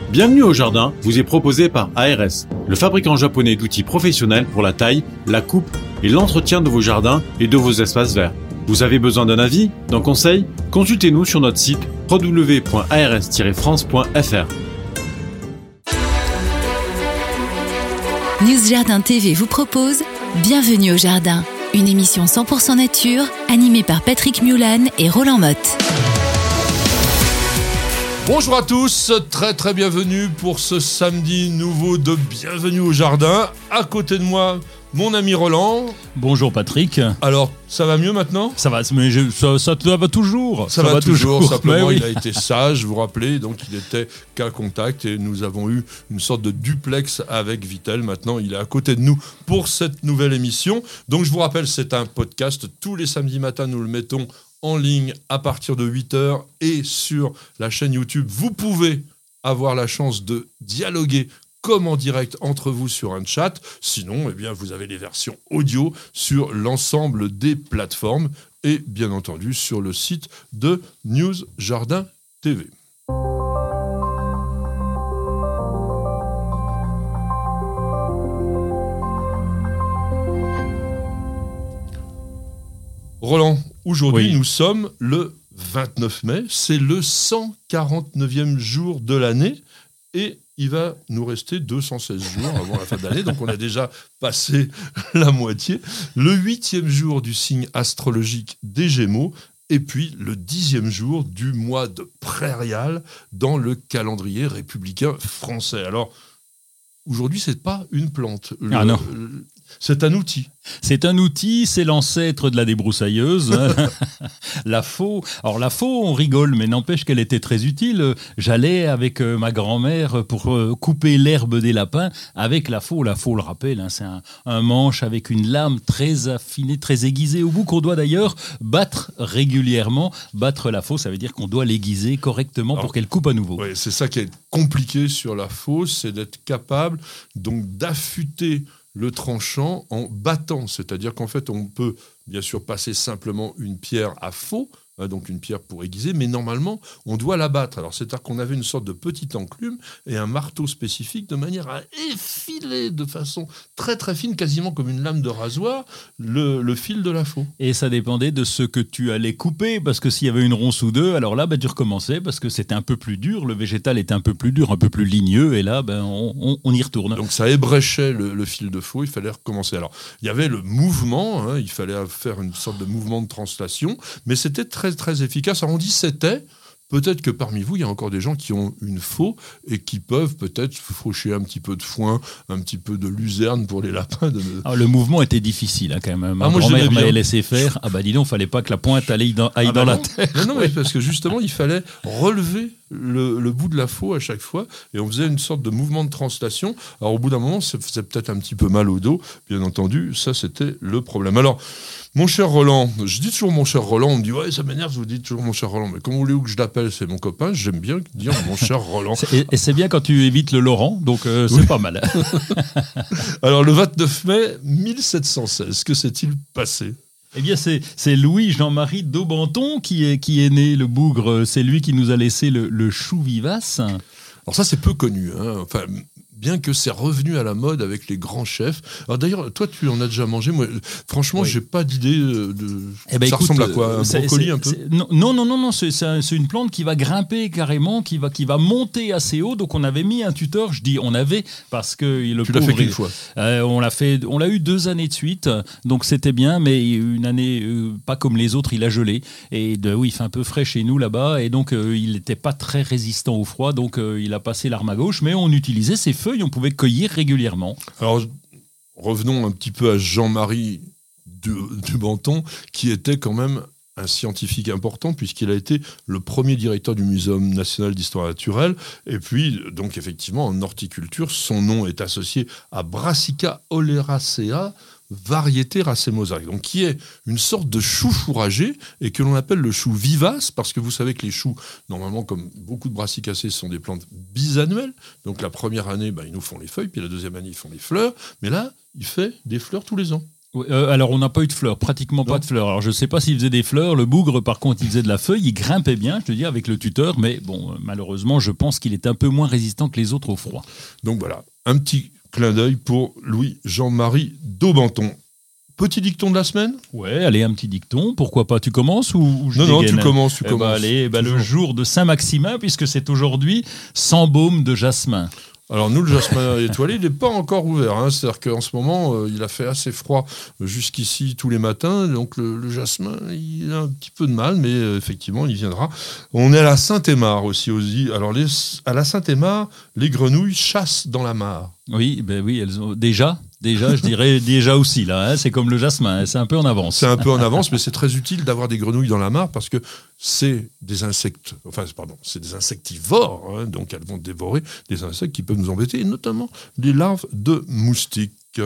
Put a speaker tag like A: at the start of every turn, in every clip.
A: Bienvenue au jardin vous est proposé par ARS, le fabricant japonais d'outils professionnels pour la taille, la coupe et l'entretien de vos jardins et de vos espaces verts. Vous avez besoin d'un avis, d'un conseil? Consultez-nous sur notre site www.ars-france.fr.
B: News Jardin TV vous propose Bienvenue au jardin, une émission 100% nature animée par Patrick Mulan et Roland Motte.
C: Bonjour à tous, très bienvenue pour ce samedi nouveau de Bienvenue au jardin. À côté de moi, mon ami Roland.
D: Bonjour Patrick.
C: Alors, ça va mieux maintenant ?
D: Ça va, mais ça va toujours.
C: Ça va toujours, simplement
D: oui.
C: Il a été sage, vous vous rappelez, donc il était qu'à contact et nous avons eu une sorte de duplex avec Vitel. Maintenant, il est à côté de nous pour cette nouvelle émission. Donc je vous rappelle, c'est un podcast. Tous les samedis matins, nous le mettons en ligne à partir de 8h et sur la chaîne YouTube. Vous pouvez avoir la chance de dialoguer comme en direct entre vous sur un chat. Sinon, eh bien, vous avez les versions audio sur l'ensemble des plateformes et bien entendu sur le site de News Jardin TV. Roland, aujourd'hui nous sommes le 29 mai, c'est le 149e jour de l'année et il va nous rester 216 jours avant la fin de l'année, donc on a déjà passé la moitié. Le 8e jour du signe astrologique des Gémeaux et puis le 10e jour du mois de Prairial dans le calendrier républicain français. Alors, aujourd'hui, c'est pas une plante.
D: Non.
C: C'est un outil.
D: C'est un outil, c'est l'ancêtre de la débroussailleuse, la faux. Alors la faux, on rigole, mais n'empêche qu'elle était très utile. J'allais avec ma grand-mère pour couper l'herbe des lapins avec la faux. La faux, le rappelle, c'est un manche avec une lame très affinée, très aiguisée au bout, qu'on doit d'ailleurs battre régulièrement. Battre la faux, ça veut dire qu'on doit l'aiguiser correctement pour qu'elle coupe à nouveau.
C: Oui, c'est ça qui est compliqué sur la faux, c'est d'être capable donc d'affûter le tranchant en battant, c'est-à-dire qu'en fait on peut bien sûr passer simplement une pierre à faux, donc une pierre pour aiguiser, mais normalement on doit la battre. Alors c'est-à-dire qu'on avait une sorte de petite enclume et un marteau spécifique de manière à effiler de façon très fine, quasiment comme une lame de rasoir, le fil de la faux.
D: Et ça dépendait de ce que tu allais couper, parce que s'il y avait une ronce ou deux, alors là tu recommençais parce que c'était un peu plus dur, le végétal était un peu plus dur, un peu plus ligneux, et là on y retourne.
C: Donc ça ébréchait le fil de faux, il fallait recommencer. Alors il y avait le mouvement, il fallait faire une sorte de mouvement de translation, mais c'était très efficace. Alors on dit c'était, peut-être que parmi vous, il y a encore des gens qui ont une faux et qui peuvent peut-être faucher un petit peu de foin, un petit peu de luzerne pour les lapins.
D: Alors, le mouvement était difficile quand même. Ma grand-mère m'avait laissé faire. Ah bah dis donc, fallait pas que la pointe aille dans la terre.
C: Non, mais parce que justement, il fallait relever le bout de la faux à chaque fois et on faisait une sorte de mouvement de translation. Alors au bout d'un moment, ça faisait peut-être un petit peu mal au dos. Bien entendu, ça c'était le problème. Alors, mon cher Roland, je dis toujours mon cher Roland, on me dit ouais ça m'énerve, vous dites toujours mon cher Roland, mais comme vous voulez que je l'appelle, c'est mon copain, j'aime bien dire mon cher Roland.
D: Et c'est bien quand tu évites le Laurent, donc c'est pas mal.
C: Alors le 29 mai 1716, que s'est-il passé ?
D: Eh bien, c'est Louis-Jean-Marie d'Aubenton qui est né, le bougre. C'est lui qui nous a laissé le chou vivace.
C: Alors ça, c'est peu connu, enfin, bien que c'est revenu à la mode avec les grands chefs. Alors d'ailleurs, toi, tu en as déjà mangé. Moi, franchement, j'ai pas d'idée de... ça écoute, ressemble à quoi ? Un brocoli un peu ?
D: Non, c'est une plante qui va grimper carrément, qui va monter assez haut. Donc on avait mis un tuteur, je dis on avait, parce que le
C: tu l'as fait qu'une fois.
D: On l'a eu 2 années de suite, donc c'était bien, mais une année pas comme les autres, il a gelé. Et oui, il fait un peu frais chez nous là-bas, et donc il n'était pas très résistant au froid, donc il a passé l'arme à gauche, mais on utilisait ses feuilles, on pouvait cueillir régulièrement.
C: Alors, revenons un petit peu à Jean-Marie d'Aubenton, qui était quand même un scientifique important, puisqu'il a été le premier directeur du Muséum national d'histoire naturelle. Et puis, donc effectivement, en horticulture, son nom est associé à Brassica oleracea, variété racemosaic, donc qui est une sorte de chou fourragé et que l'on appelle le chou vivace, parce que vous savez que les choux, normalement, comme beaucoup de brassicacées, sont des plantes bisannuelles. Donc la première année, ils nous font les feuilles, puis la deuxième année, ils font les fleurs. Mais là, il fait des fleurs tous les ans.
D: Alors, on n'a pas eu de fleurs, pratiquement pas de fleurs. Alors, je ne sais pas s'il faisait des fleurs. Le bougre, par contre, il faisait de la feuille. Il grimpait bien, je te dis, avec le tuteur. Mais bon, malheureusement, je pense qu'il est un peu moins résistant que les autres au froid.
C: Donc voilà, un petit clin d'œil pour Louis-Jean-Marie Daubenton. Petit dicton de la semaine ?
D: Ouais, allez, un petit dicton. Pourquoi pas ? Tu commences ou je
C: Non,
D: dégaine ?
C: tu commences.
D: Allez, le jour de Saint-Maximin, puisque c'est aujourd'hui, sans baume de jasmin.
C: Alors nous, le jasmin étoilé, il n'est pas encore ouvert. C'est-à-dire qu'en ce moment, il a fait assez froid jusqu'ici tous les matins. Donc le jasmin, il a un petit peu de mal, mais effectivement, il viendra. On est à la Saint-Aymar aussi. Alors à la Saint-Aymar, les grenouilles chassent dans la mare.
D: Oui, elles ont déjà, je dirais déjà aussi là. C'est comme le jasmin, c'est un peu en avance.
C: C'est un peu en avance, mais c'est très utile d'avoir des grenouilles dans la mare parce que c'est des insectivores, donc elles vont dévorer des insectes qui peuvent nous embêter, et notamment des larves de moustiques.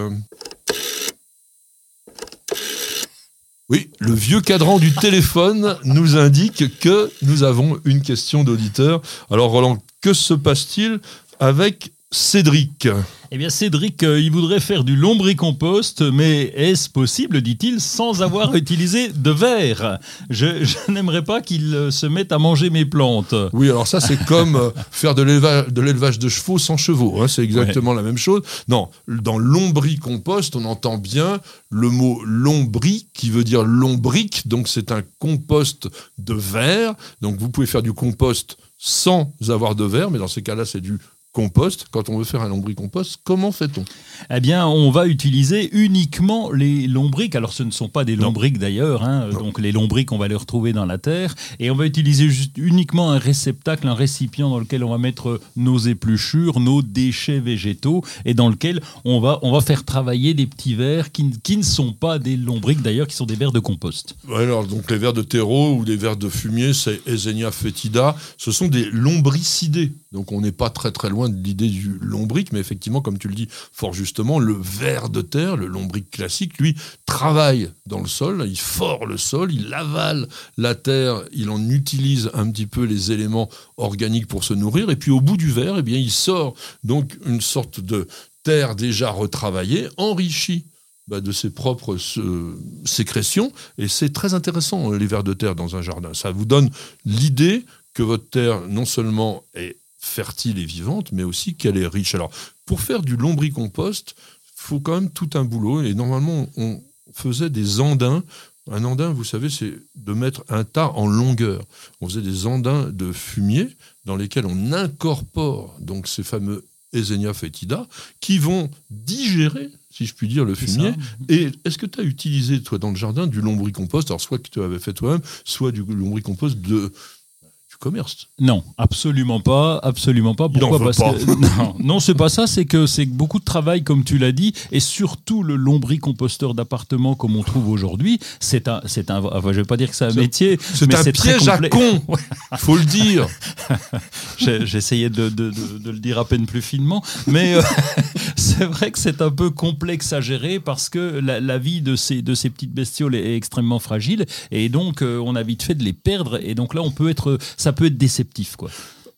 C: Oui, le vieux cadran du téléphone nous indique que nous avons une question d'auditeur. Alors Roland, que se passe-t-il avec Cédric ?
D: Eh bien, Cédric, il voudrait faire du lombricompost, mais est-ce possible, dit-il, sans avoir utilisé de verre ? Je n'aimerais pas qu'il se mette à manger mes plantes.
C: Oui, alors ça, c'est comme faire de l'élevage de chevaux sans chevaux. C'est exactement la même chose. Non, dans lombricompost, on entend bien le mot lombri, qui veut dire lombric. Donc, c'est un compost de verre. Donc, vous pouvez faire du compost sans avoir de verre, mais dans ces cas-là, c'est du compost. Quand on veut faire un lombricompost, comment fait-on ?
D: Eh bien, on va utiliser uniquement les lombrics. Alors, ce ne sont pas des lombrics d'ailleurs. Donc, les lombrics, on va les retrouver dans la terre. Et on va utiliser uniquement un réceptacle, un récipient dans lequel on va mettre nos épluchures, nos déchets végétaux, et dans lequel on va faire travailler des petits vers qui ne sont pas des lombrics d'ailleurs, qui sont des vers de compost.
C: Alors, donc, les vers de terreau ou les vers de fumier, c'est Eisenia foetida. Ce sont des lombricidés. Donc, on n'est pas très très loin de l'idée du lombric, mais effectivement, comme tu le dis fort justement, le ver de terre, le lombric classique, lui, travaille dans le sol, il fore le sol, il avale la terre, il en utilise un petit peu les éléments organiques pour se nourrir, et puis au bout du ver, eh bien, il sort donc une sorte de terre déjà retravaillée, enrichie de ses propres sécrétions, et c'est très intéressant, les vers de terre dans un jardin. Ça vous donne l'idée que votre terre, non seulement est fertile et vivante, mais aussi qu'elle est riche. Alors, pour faire du lombricompost, il faut quand même tout un boulot, et normalement, on faisait des andins. Un andin, vous savez, c'est de mettre un tas en longueur. On faisait des andins de fumier dans lesquels on incorpore donc ces fameux Eisenia foetida qui vont digérer, si je puis dire, le fumier. Et est-ce que tu as utilisé, toi, dans le jardin, du lombricompost, alors soit que tu avais fait toi-même, soit du lombricompost du commerce?
D: Non, absolument pas. Pourquoi ? Parce que non, c'est pas ça. C'est que c'est beaucoup de travail, comme tu l'as dit, et surtout le lombricomposteur d'appartement comme on trouve aujourd'hui. C'est un. Enfin, je vais pas dire que c'est un métier, mais c'est
C: piège à con. Faut le dire.
D: J'essayais de le dire à peine plus finement, mais c'est vrai que c'est un peu complexe à gérer parce que la vie de ces petites bestioles est extrêmement fragile, et donc on a vite fait de les perdre, et donc là ça peut être déceptif, quoi.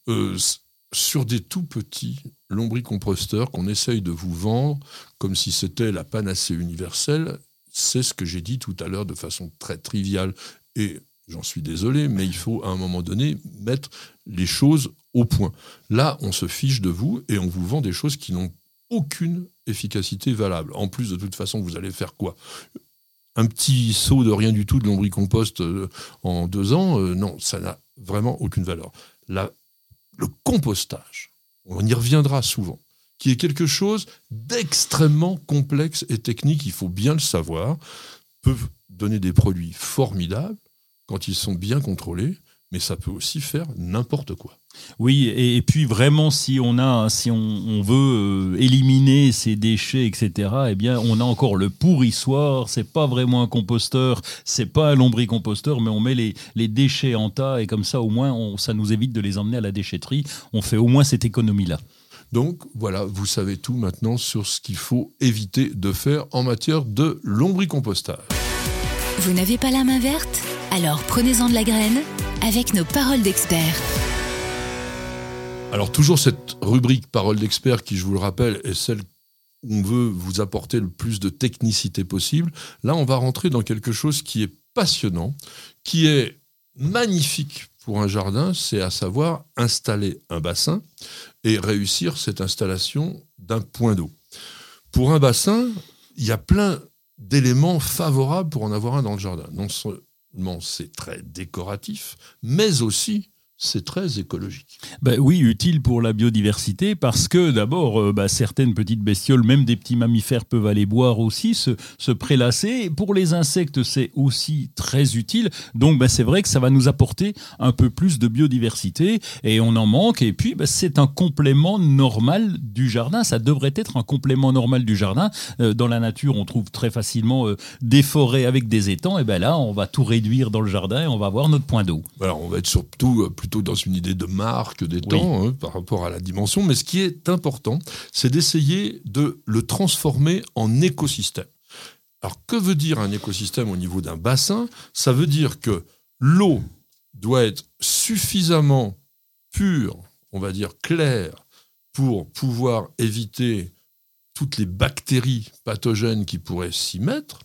C: Sur des tout petits lombricomposteurs qu'on essaye de vous vendre comme si c'était la panacée universelle, c'est ce que j'ai dit tout à l'heure de façon très triviale, et j'en suis désolé, mais il faut à un moment donné mettre les choses au point. Là, on se fiche de vous et on vous vend des choses qui n'ont aucune efficacité valable. En plus, de toute façon, vous allez faire quoi ? Un petit seau de rien du tout de lombricompost en 2 ans, non, ça n'a vraiment aucune valeur. Le compostage, on y reviendra souvent, qui est quelque chose d'extrêmement complexe et technique, il faut bien le savoir, peuvent donner des produits formidables quand ils sont bien contrôlés, mais ça peut aussi faire n'importe quoi.
D: Oui, et puis vraiment, si on veut éliminer ces déchets, etc., eh bien, on a encore le pourrissoir. C'est pas vraiment un composteur, c'est pas un lombricomposteur, mais on met les déchets en tas, et comme ça, au moins, ça nous évite de les emmener à la déchetterie. On fait au moins cette économie-là.
C: Donc voilà, vous savez tout maintenant sur ce qu'il faut éviter de faire en matière de lombricompostage.
B: Vous n'avez pas la main verte ? Alors prenez-en de la graine avec nos paroles d'experts.
C: Alors toujours cette rubrique Paroles d'experts qui, je vous le rappelle, est celle on veut vous apporter le plus de technicité possible. Là, on va rentrer dans quelque chose qui est passionnant, qui est magnifique pour un jardin, c'est à savoir installer un bassin et réussir cette installation d'un point d'eau. Pour un bassin, il y a plein d'éléments favorables pour en avoir un dans le jardin. Non seulement c'est très décoratif, mais aussi c'est très écologique.
D: Oui, utile pour la biodiversité parce que d'abord, certaines petites bestioles, même des petits mammifères peuvent aller boire aussi, se prélasser. Pour les insectes, c'est aussi très utile. Donc c'est vrai que ça va nous apporter un peu plus de biodiversité et on en manque. Et puis c'est un complément normal du jardin. Ça devrait être un complément normal du jardin. Dans la nature, on trouve très facilement des forêts avec des étangs. Et là, on va tout réduire dans le jardin et on va avoir notre point d'eau.
C: Alors, on va être surtout plutôt dans une idée de marque des temps par rapport à la dimension. Mais ce qui est important, c'est d'essayer de le transformer en écosystème. Alors, que veut dire un écosystème au niveau d'un bassin ? Ça veut dire que l'eau doit être suffisamment pure, on va dire claire, pour pouvoir éviter toutes les bactéries pathogènes qui pourraient s'y mettre,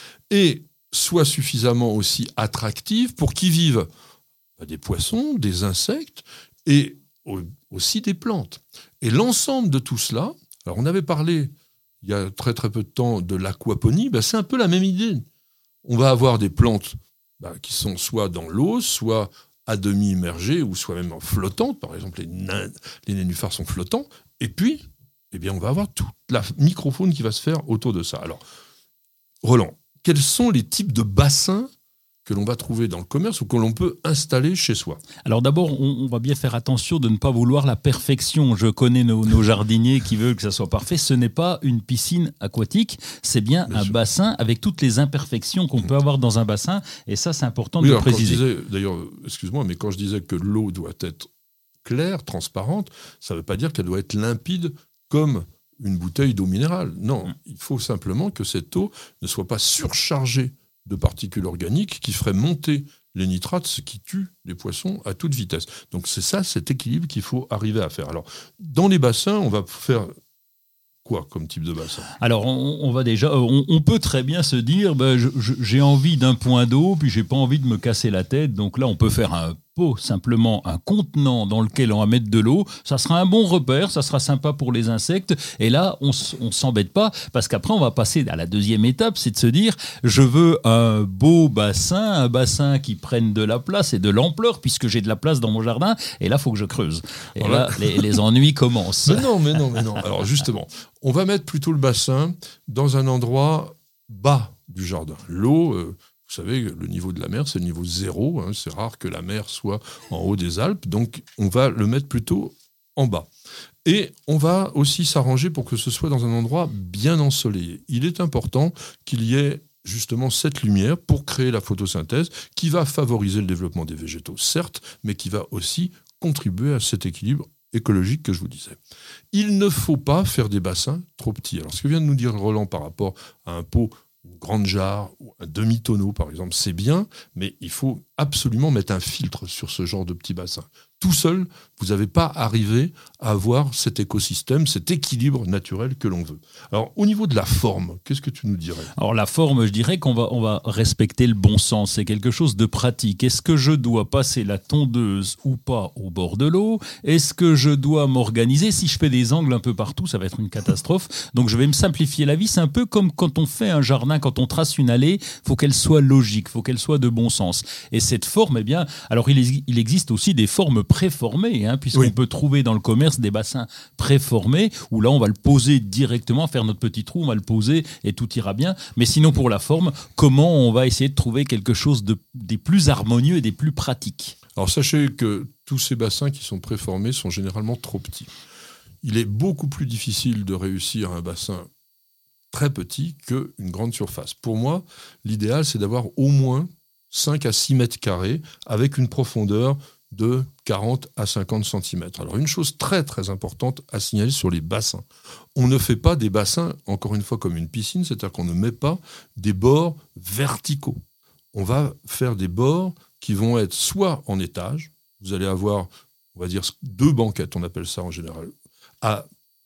C: et soit suffisamment aussi attractive pour qu'y vivent des poissons, des insectes et aussi des plantes. Et l'ensemble de tout cela, alors on avait parlé il y a très très peu de temps de l'aquaponie, c'est un peu la même idée. On va avoir des plantes qui sont soit dans l'eau, soit à demi immergées, ou soit même flottantes. Par exemple, les nénuphars sont flottants. Et puis, on va avoir toute la microfaune qui va se faire autour de ça. Alors, Roland, quels sont les types de bassins que l'on va trouver dans le commerce ou que l'on peut installer chez soi?
D: Alors d'abord, on va bien faire attention de ne pas vouloir la perfection. Je connais nos jardiniers qui veulent que ça soit parfait. Ce n'est pas une piscine aquatique, c'est bien un bassin avec toutes les imperfections qu'on peut avoir dans un bassin. Et ça, c'est important de le préciser.
C: D'ailleurs, excuse-moi, mais quand je disais que l'eau doit être claire, transparente, ça ne veut pas dire qu'elle doit être limpide comme une bouteille d'eau minérale. Non, il faut simplement que cette eau ne soit pas surchargée de particules organiques qui feraient monter les nitrates, ce qui tue les poissons à toute vitesse. Donc c'est ça, cet équilibre qu'il faut arriver à faire. Alors, dans les bassins, on va faire quoi comme type de bassin?
D: Alors, on va déjà, on peut très bien se dire, j'ai envie d'un point d'eau, puis j'ai pas envie de me casser la tête. Donc là, on peut faire un pot, simplement un contenant dans lequel on va mettre de l'eau. Ça sera un bon repère, ça sera sympa pour les insectes. Et là, on s'embête pas, parce qu'après, on va passer à la deuxième étape, c'est de se dire, je veux un beau bassin, un bassin qui prenne de la place et de l'ampleur, puisque j'ai de la place dans mon jardin. Et là, il faut que je creuse. Et voilà. Là, les ennuis commencent.
C: Mais non. Alors justement, on va mettre plutôt le bassin dans un endroit bas du jardin. L'eau... Vous savez, le niveau de la mer, c'est le niveau 0. C'est rare que la mer soit en haut des Alpes. Donc, on va le mettre plutôt en bas. Et on va aussi s'arranger pour que ce soit dans un endroit bien ensoleillé. Il est important qu'il y ait justement cette lumière pour créer la photosynthèse qui va favoriser le développement des végétaux, certes, mais qui va aussi contribuer à cet équilibre écologique que je vous disais. Il ne faut pas faire des bassins trop petits. Alors, ce que vient de nous dire Roland par rapport à un pot, une grande jarre ou un demi-tonneau, par exemple, c'est bien, mais il faut absolument mettre un filtre sur ce genre de petit bassin. Tout seul, vous n'avez pas arrivé à avoir cet écosystème, cet équilibre naturel que l'on veut. Alors, au niveau de la forme, qu'est-ce que tu nous dirais ?
D: Alors, la forme, je dirais qu'on va respecter le bon sens. C'est quelque chose de pratique. Est-ce que je dois passer la tondeuse ou pas au bord de l'eau ? Est-ce que je dois m'organiser ? Si je fais des angles un peu partout, ça va être une catastrophe. Donc, je vais me simplifier la vie. C'est un peu comme quand on fait un jardin, quand on trace une allée, il faut qu'elle soit logique, il faut qu'elle soit de bon sens. Et cette forme, alors il existe aussi des formes préformés, puisqu'on peut trouver dans le commerce des bassins préformés, où là on va le poser directement, faire notre petit trou, on va le poser et tout ira bien. Mais sinon pour la forme, comment on va essayer de trouver quelque chose des plus harmonieux et des plus pratiques ?
C: Alors sachez que tous ces bassins qui sont préformés sont généralement trop petits. Il est beaucoup plus difficile de réussir un bassin très petit qu'une grande surface. Pour moi, l'idéal c'est d'avoir au moins 5 à 6 mètres carrés avec une profondeur de 40 à 50 cm. Alors une chose très très importante à signaler sur les bassins. On ne fait pas des bassins, encore une fois, comme une piscine, c'est-à-dire qu'on ne met pas des bords verticaux. On va faire des bords qui vont être soit en étage, vous allez avoir, on va dire, 2 banquettes, on appelle ça en général, à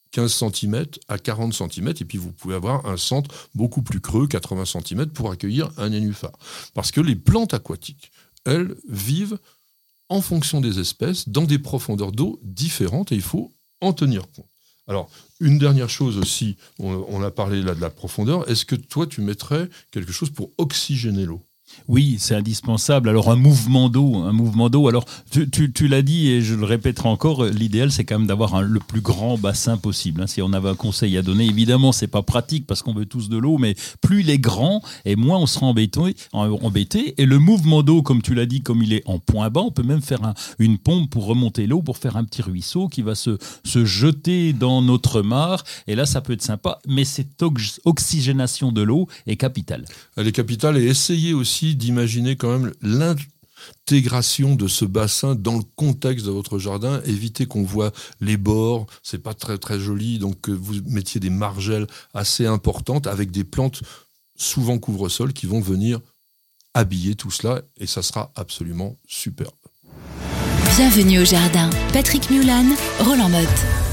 C: 15 cm à 40 cm, et puis vous pouvez avoir un centre beaucoup plus creux, 80 cm, pour accueillir un nénuphar. Parce que les plantes aquatiques, elles vivent en fonction des espèces, dans des profondeurs d'eau différentes, et il faut en tenir compte. Alors, une dernière chose aussi, on a parlé là de la profondeur, est-ce que toi tu mettrais quelque chose pour oxygéner l'eau ?
D: Oui, c'est indispensable. Alors un mouvement d'eau. Alors tu l'as dit et je le répéterai encore. L'idéal, c'est quand même d'avoir le plus grand bassin possible. Si on avait un conseil à donner, évidemment, c'est pas pratique parce qu'on veut tous de l'eau, mais plus il est grand et moins on sera embêté. Et le mouvement d'eau, comme tu l'as dit, comme il est en point bas, on peut même faire une pompe pour remonter l'eau, pour faire un petit ruisseau qui va se jeter dans notre mare. Et là, ça peut être sympa. Mais cette oxygénation de l'eau est capitale.
C: Elle est capitale, et essayez aussi d'imaginer quand même l'intégration de ce bassin dans le contexte de votre jardin. Évitez qu'on voit les bords, c'est pas très très joli, donc que vous mettiez des margelles assez importantes avec des plantes souvent couvre-sol qui vont venir habiller tout cela, et ça sera absolument superbe.
B: Bienvenue au jardin. Patrick Mulan, Roland Motte.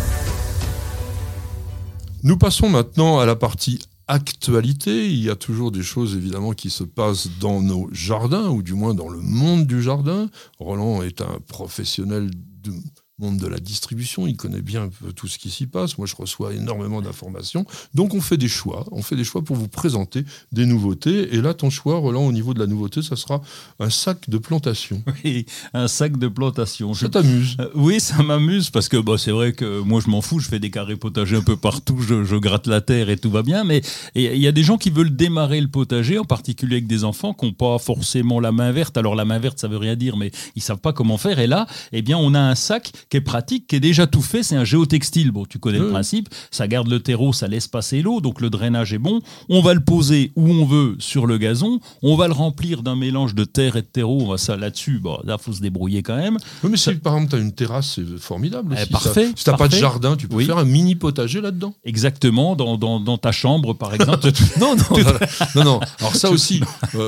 C: Nous passons maintenant à la partie actualité. Il y a toujours des choses évidemment qui se passent dans nos jardins, ou du moins dans le monde du jardin. Roland est un professionnel du monde de la distribution, il connaît bien un peu tout ce qui s'y passe. Moi, je reçois énormément d'informations. Donc, on fait des choix. On fait des choix pour vous présenter des nouveautés. Et là, ton choix, Roland, au niveau de la nouveauté, ça sera un sac de plantation.
D: Oui, un sac de plantation.
C: Ça t'amuse ?
D: Oui, ça m'amuse parce que c'est vrai que moi, je m'en fous. Je fais des carrés potagers un peu partout. Je gratte la terre et tout va bien. Mais il y a des gens qui veulent démarrer le potager, en particulier avec des enfants qui n'ont pas forcément la main verte. Alors, la main verte, ça veut rien dire, mais ils savent pas comment faire. Et là, eh bien, on a un sac qui est pratique, qui est déjà tout fait. C'est un géotextile. Bon, tu connais le principe. Ça garde le terreau, ça laisse passer l'eau, donc le drainage est bon. On va le poser où on veut sur le gazon. On va le remplir d'un mélange de terre et de terreau. On va ça là-dessus. Bon, là, faut se débrouiller quand même.
C: Oui, mais si par exemple tu as une terrasse, c'est formidable aussi.
D: Parfait.
C: Si tu n'as pas de jardin, tu peux faire un mini potager là-dedans.
D: Exactement, dans ta chambre, par exemple.
C: Non. Alors ça aussi.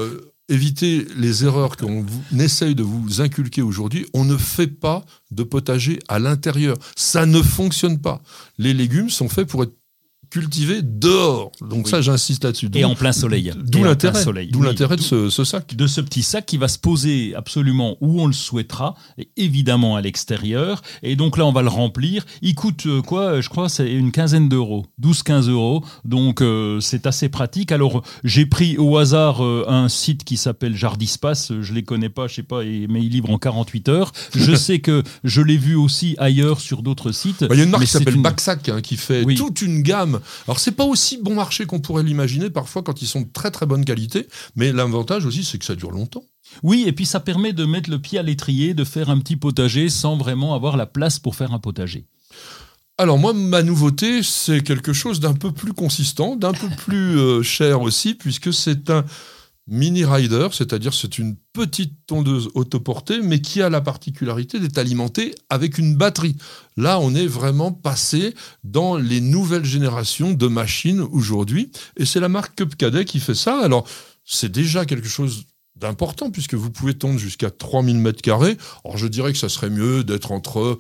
C: Évitez les erreurs qu'on essaye de vous inculquer aujourd'hui. On ne fait pas de potager à l'intérieur. Ça ne fonctionne pas. Les légumes sont faits pour être cultivés dehors. Donc ça, j'insiste là-dessus.
D: Et en plein soleil.
C: D'où l'intérêt de ce sac.
D: De ce petit sac qui va se poser absolument où on le souhaitera, et évidemment à l'extérieur. Et donc là, on va le remplir. Il coûte quoi ? Je crois c'est une quinzaine d'euros. 12-15 euros. Donc c'est assez pratique. Alors j'ai pris au hasard un site qui s'appelle Jardispace. Je les connais pas, je sais pas, mais il livre en 48 heures. Je sais que je l'ai vu aussi ailleurs sur d'autres sites.
C: Il y a une marque qui s'appelle Backsack qui fait toute une gamme. Alors c'est pas aussi bon marché qu'on pourrait l'imaginer parfois quand ils sont de très très bonne qualité, mais l'avantage aussi c'est que ça dure longtemps.
D: Oui, et puis ça permet de mettre le pied à l'étrier, de faire un petit potager sans vraiment avoir la place pour faire un potager.
C: Alors moi, ma nouveauté, c'est quelque chose d'un peu plus consistant, d'un peu plus cher aussi, puisque c'est un mini rider, c'est-à-dire c'est une petite tondeuse autoportée, mais qui a la particularité d'être alimentée avec une batterie. Là, on est vraiment passé dans les nouvelles générations de machines aujourd'hui, et c'est la marque Cup Cadet qui fait ça. Alors, c'est déjà quelque chose d'important, puisque vous pouvez tondre jusqu'à 3000 m². Alors, je dirais que ça serait mieux d'être entre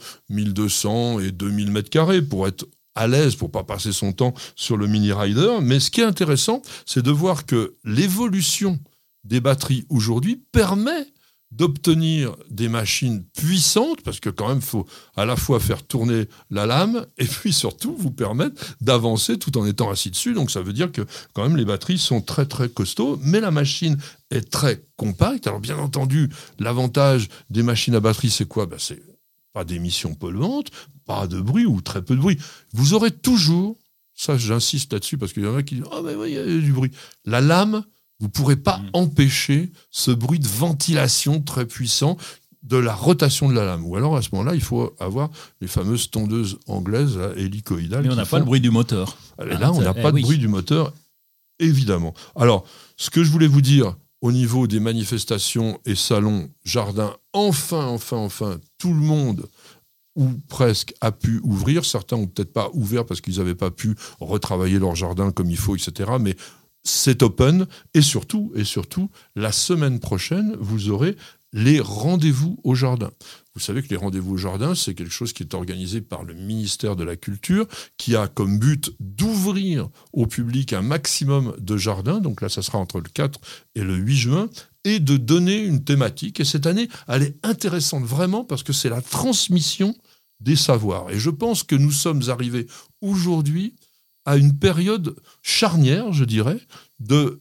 C: 1200 et 2000 m² pour être à l'aise, pour pas passer son temps sur le mini rider. Mais ce qui est intéressant, c'est de voir que l'évolution des batteries aujourd'hui permet d'obtenir des machines puissantes, parce que quand même, il faut à la fois faire tourner la lame et puis surtout vous permettre d'avancer tout en étant assis dessus. Donc ça veut dire que quand même les batteries sont très très costauds, mais la machine est très compacte. Alors bien entendu, l'avantage des machines à batterie, c'est quoi ? C'est pas d'émissions polluantes, pas de bruit ou très peu de bruit. Vous aurez toujours, ça j'insiste là-dessus parce qu'il y en a qui disent « Ah ben oui, il y a du bruit ». La lame, vous ne pourrez pas empêcher ce bruit de ventilation très puissant de la rotation de la lame. Ou alors à ce moment-là, il faut avoir les fameuses tondeuses anglaises hélicoïdales.
D: Mais on n'a pas le bruit du moteur.
C: Là, on n'a pas de bruit du moteur, évidemment. Alors, ce que je voulais vous dire au niveau des manifestations et salons, jardins, enfin, tout le monde ou presque a pu ouvrir. Certains n'ont peut-être pas ouvert parce qu'ils n'avaient pas pu retravailler leur jardin comme il faut, etc. Mais c'est open. Et surtout, la semaine prochaine, vous aurez les rendez-vous au jardin. Vous savez que les rendez-vous au jardin, c'est quelque chose qui est organisé par le ministère de la Culture, qui a comme but d'ouvrir au public un maximum de jardins. Donc là, ça sera entre le 4 et le 8 juin, et de donner une thématique. Et cette année, elle est intéressante vraiment parce que c'est la transmission des savoirs. Et je pense que nous sommes arrivés aujourd'hui à une période charnière, je dirais, de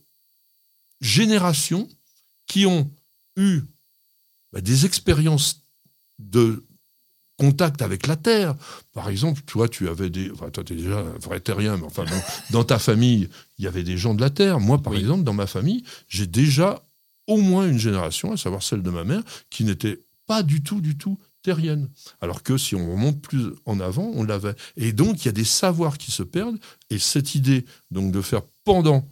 C: générations qui ont eu des expériences de contact avec la terre. Par exemple, toi, tu avais toi, tu es déjà un vrai terrien, mais enfin, dans ta famille, il y avait des gens de la terre. Moi, par exemple, dans ma famille, j'ai déjà au moins une génération, à savoir celle de ma mère, qui n'était pas du tout terrienne. Alors que si on remonte plus en avant, on l'avait. Et donc, il y a des savoirs qui se perdent. Et cette idée donc de faire pendant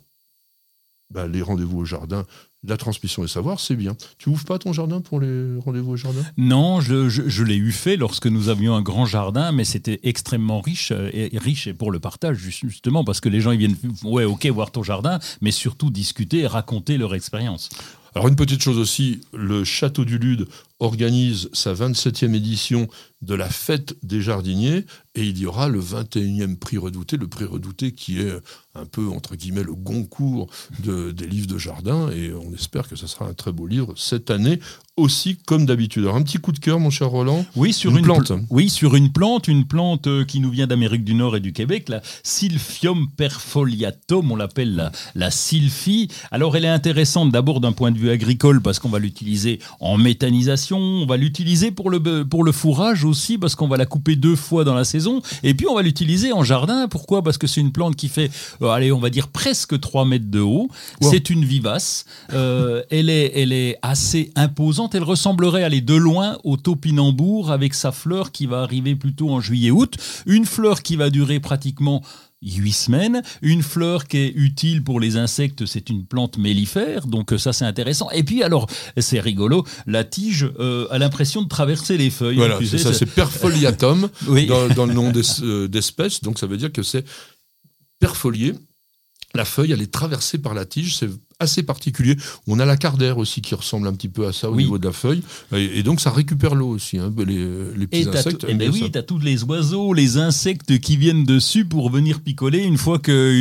C: les rendez-vous au jardin, la transmission des savoirs, c'est bien. Tu ouvres pas ton jardin pour les rendez-vous au jardin ?
D: Non, je l'ai eu fait lorsque nous avions un grand jardin, mais c'était extrêmement riche et pour le partage, justement, parce que les gens ils viennent voir ton jardin, mais surtout discuter et raconter leur expérience.
C: Alors une petite chose aussi, le Château du Lude organise sa 27e édition de la fête des jardiniers et il y aura le 21e prix Redouté, le prix Redouté qui est un peu, entre guillemets, le Goncourt des livres de jardin et on espère que ce sera un très beau livre cette année aussi comme d'habitude. Alors un petit coup de cœur, mon cher Roland.
D: Oui, sur une plante. Sur une plante qui nous vient d'Amérique du Nord et du Québec, la Silphium perfoliatum, on l'appelle la sylphie. Alors elle est intéressante d'abord d'un point de vue agricole parce qu'on va l'utiliser en méthanisation, on va l'utiliser pour le fourrage aussi parce qu'on va la couper 2 fois dans la saison et puis on va l'utiliser en jardin. Pourquoi ? Parce que c'est une plante qui fait, on va dire presque 3 mètres de haut. Wow. C'est une vivace. Elle est assez imposante. Elle ressemblerait de loin au topinambour avec sa fleur qui va arriver plutôt en juillet-août. Une fleur qui va durer pratiquement 8 semaines, une fleur qui est utile pour les insectes, c'est une plante mellifère, donc ça c'est intéressant. Et puis alors, c'est rigolo, la tige a l'impression de traverser les feuilles.
C: Voilà, c'est perfoliatum oui. dans le nom d'espèce, donc ça veut dire que c'est perfolié. La feuille, elle est traversée par la tige, c'est assez particulier. On a la cardère aussi qui ressemble un petit peu à ça au niveau de la feuille. Et donc, ça récupère l'eau aussi. Hein. Les petits insectes.
D: Tu as tous les oiseaux, les insectes qui viennent dessus pour venir picoler une fois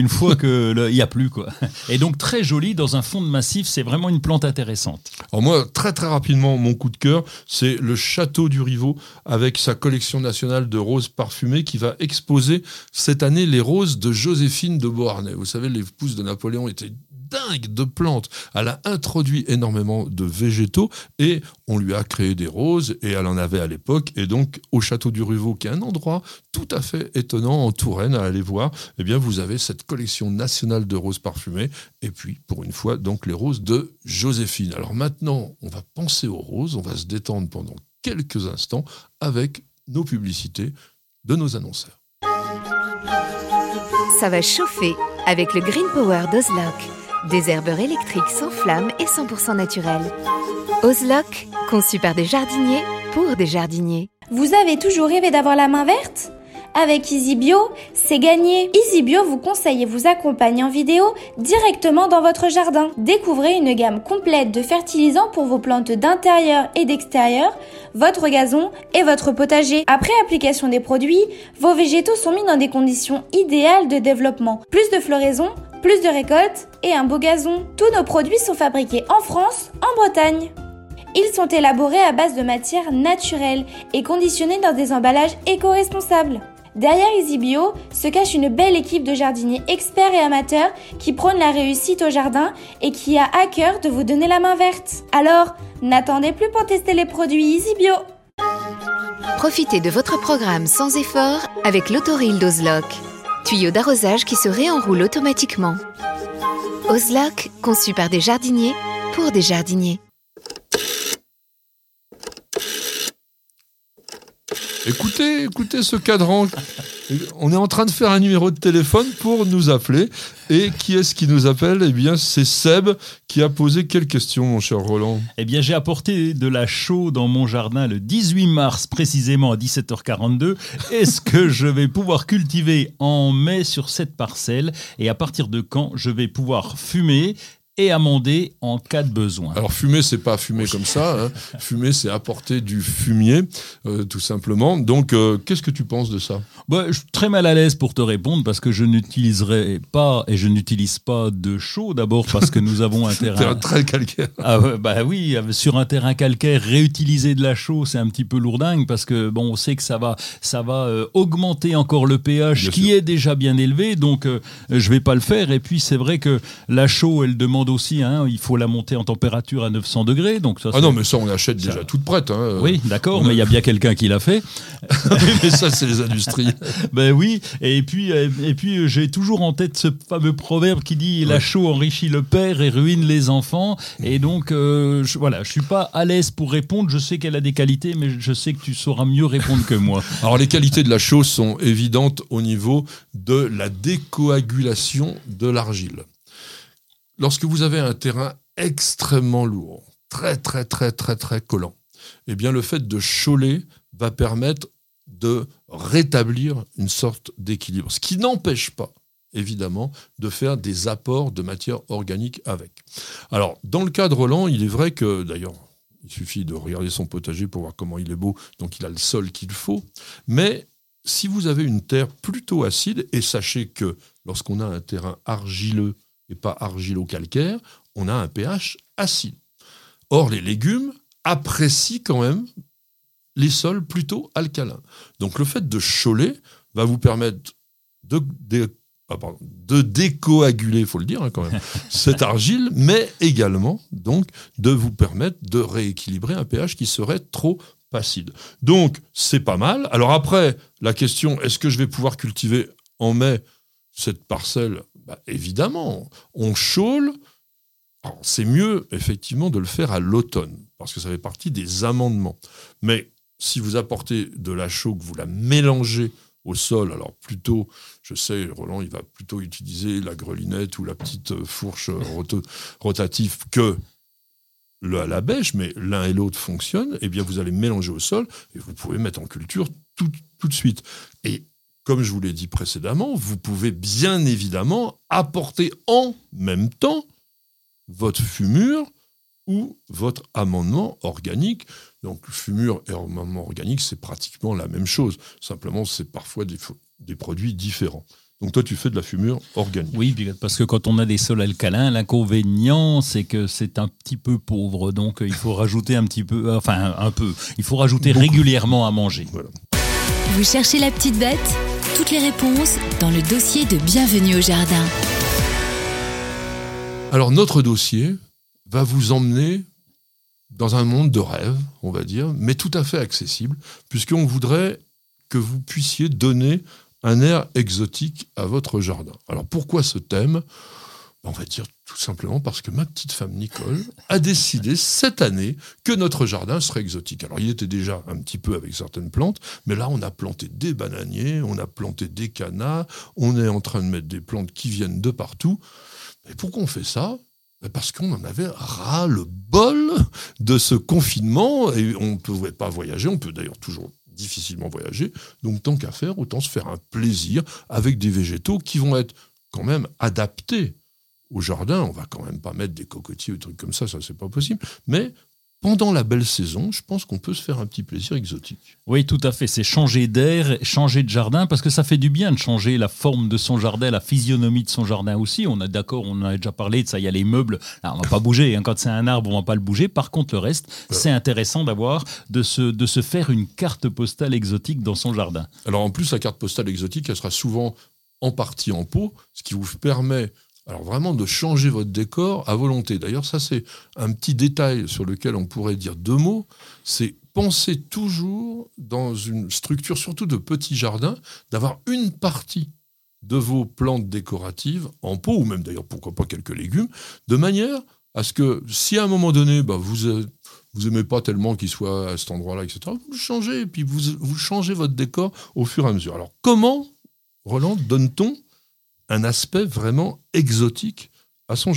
D: que il n'y a plus, quoi. Et donc, très joli dans un fond de massif. C'est vraiment une plante intéressante.
C: Alors moi, très très rapidement, mon coup de cœur, c'est le Château du Rivaux avec sa collection nationale de roses parfumées qui va exposer cette année les roses de Joséphine de Beauharnais. Vous savez, l'épouse de Napoléon était dingue de plantes. Elle a introduit énormément de végétaux et on lui a créé des roses et elle en avait à l'époque. Et donc, au Château du Rivaux, qui est un endroit tout à fait étonnant en Touraine à aller voir, eh bien, vous avez cette collection nationale de roses parfumées et puis, pour une fois, donc les roses de Joséphine. Alors maintenant, on va penser aux roses, on va se détendre pendant quelques instants avec nos publicités de nos annonceurs.
E: Ça va chauffer avec le Green Power d'Ozlock. Des herbeurs électriques sans flamme et 100% naturels. Ozlock, conçu par des jardiniers pour des jardiniers.
F: Vous avez toujours rêvé d'avoir la main verte ? Avec EasyBio, c'est gagné. EasyBio vous conseille et vous accompagne en vidéo directement dans votre jardin. Découvrez une gamme complète de fertilisants pour vos plantes d'intérieur et d'extérieur, votre gazon et votre potager. Après application des produits, vos végétaux sont mis dans des conditions idéales de développement. Plus de floraison, plus de récoltes et un beau gazon. Tous nos produits sont fabriqués en France, en Bretagne. Ils sont élaborés à base de matières naturelles et conditionnés dans des emballages éco-responsables. Derrière EasyBio se cache une belle équipe de jardiniers experts et amateurs qui prônent la réussite au jardin et qui a à cœur de vous donner la main verte. Alors, n'attendez plus pour tester les produits EasyBio.
E: Profitez de votre programme sans effort avec l'autoril d'Ozlock. Tuyau d'arrosage qui se réenroule automatiquement. Ozlock, conçu par des jardiniers pour des jardiniers.
C: Écoutez ce cadran. On est en train de faire un numéro de téléphone pour nous appeler. Et qui est-ce qui nous appelle ? Eh bien, c'est Seb qui a posé quelle question, mon cher Roland ?
D: Eh bien, j'ai apporté de la chaux dans mon jardin le 18 mars, précisément à 17h42. Est-ce que je vais pouvoir cultiver en mai sur cette parcelle ? Et à partir de quand je vais pouvoir fumer ? et amender en cas de besoin.
C: Alors fumer, c'est pas fumer comme ça. Fumer, c'est apporter du fumier, tout simplement. Donc, qu'est-ce que tu penses de ça ?
D: Je suis très mal à l'aise pour te répondre parce que je n'utilise pas de chaux. D'abord parce que nous avons un terrain
C: très calcaire.
D: Oui, sur un terrain calcaire, réutiliser de la chaux, c'est un petit peu lourdingue parce que on sait que ça va augmenter encore le pH qui est déjà bien élevé. Donc, je vais pas le faire. Et puis, c'est vrai que la chaux, elle demande aussi, il faut la monter en température à 900 degrés. Donc ça,
C: non, mais ça, on l'achète déjà toute prête.
D: Oui, d'accord, mais il y a bien quelqu'un qui l'a fait.
C: Mais ça, c'est les industries.
D: Oui, et puis j'ai toujours en tête ce fameux proverbe qui dit la chaux enrichit le père et ruine les enfants. Et donc, je suis pas à l'aise pour répondre. Je sais qu'elle a des qualités, mais je sais que tu sauras mieux répondre que moi.
C: Alors, les qualités de la chaux sont évidentes au niveau de la décoagulation de l'argile. Lorsque vous avez un terrain extrêmement lourd, très, très, très, très, très collant, eh bien, le fait de chauler va permettre de rétablir une sorte d'équilibre. Ce qui n'empêche pas, évidemment, de faire des apports de matière organique avec. Alors, dans le cas de Roland, il est vrai que, d'ailleurs, il suffit de regarder son potager pour voir comment il est beau, donc il a le sol qu'il faut, mais si vous avez une terre plutôt acide, et sachez que lorsqu'on a un terrain argileux et pas argilo-calcaire, on a un pH acide. Or, les légumes apprécient quand même les sols plutôt alcalins. Donc, le fait de chauler va vous permettre de décoaguler, il faut le dire quand même, cette argile, mais également donc, de vous permettre de rééquilibrer un pH qui serait trop acide. Donc, c'est pas mal. Alors après, la question, est-ce que je vais pouvoir cultiver en mai cette parcelle ? Évidemment, on chaule. Alors, c'est mieux, effectivement, de le faire à l'automne, parce que ça fait partie des amendements. Mais si vous apportez de la chaux, que vous la mélangez au sol, alors plutôt, je sais, Roland, il va plutôt utiliser la grelinette ou la petite fourche rotative que à la bêche, mais l'un et l'autre fonctionnent, eh bien vous allez mélanger au sol et vous pouvez mettre en culture tout de suite. Et comme je vous l'ai dit précédemment, vous pouvez bien évidemment apporter en même temps votre fumure ou votre amendement organique. Donc fumure et amendement organique, c'est pratiquement la même chose. Simplement, c'est parfois des produits différents. Donc toi, tu fais de la fumure organique.
D: Oui, parce que quand on a des sols alcalins, l'inconvénient, c'est que c'est un petit peu pauvre. Donc il faut rajouter un peu. Il faut rajouter régulièrement à manger.
C: Voilà.
B: Vous cherchez la petite bête ? Toutes les réponses dans le dossier de Bienvenue au Jardin.
C: Alors notre dossier va vous emmener dans un monde de rêve, on va dire, mais tout à fait accessible, puisqu'on voudrait que vous puissiez donner un air exotique à votre jardin. Alors pourquoi ce thème ? On va dire tout simplement parce que ma petite femme Nicole a décidé cette année que notre jardin serait exotique. Alors il était déjà un petit peu avec certaines plantes, mais là on a planté des bananiers, on a planté des cannas, on est en train de mettre des plantes qui viennent de partout. Et pourquoi on fait ça ? Parce qu'on en avait ras-le-bol de ce confinement et on ne pouvait pas voyager, on peut d'ailleurs toujours difficilement voyager, donc tant qu'à faire, autant se faire un plaisir avec des végétaux qui vont être quand même adaptés au jardin. On va quand même pas mettre des cocotiers ou des trucs comme ça c'est pas possible, mais pendant la belle saison, je pense qu'on peut se faire un petit plaisir exotique.
D: Oui, tout à fait. C'est changer d'air, changer de jardin, parce que ça fait du bien de changer la forme de son jardin, la physionomie de son jardin aussi. On en a déjà parlé de ça. Il y a les meubles. Là, on va pas bouger. Quand c'est un arbre, on va pas le bouger. Par contre, le reste, c'est intéressant de se faire une carte postale exotique dans son jardin.
C: Alors en plus, la carte postale exotique, elle sera souvent en partie en pot, ce qui vous permet alors vraiment de changer votre décor à volonté. D'ailleurs, ça c'est un petit détail sur lequel on pourrait dire deux mots, c'est penser toujours dans une structure, surtout de petits jardins, d'avoir une partie de vos plantes décoratives en pot, ou même d'ailleurs pourquoi pas quelques légumes, de manière à ce que si à un moment donné vous aimez pas tellement qu'il soit à cet endroit-là, etc., vous le changez, et puis vous changez votre décor au fur et à mesure. Alors comment, Roland, donne-t-on un aspect vraiment exotique à son jardin?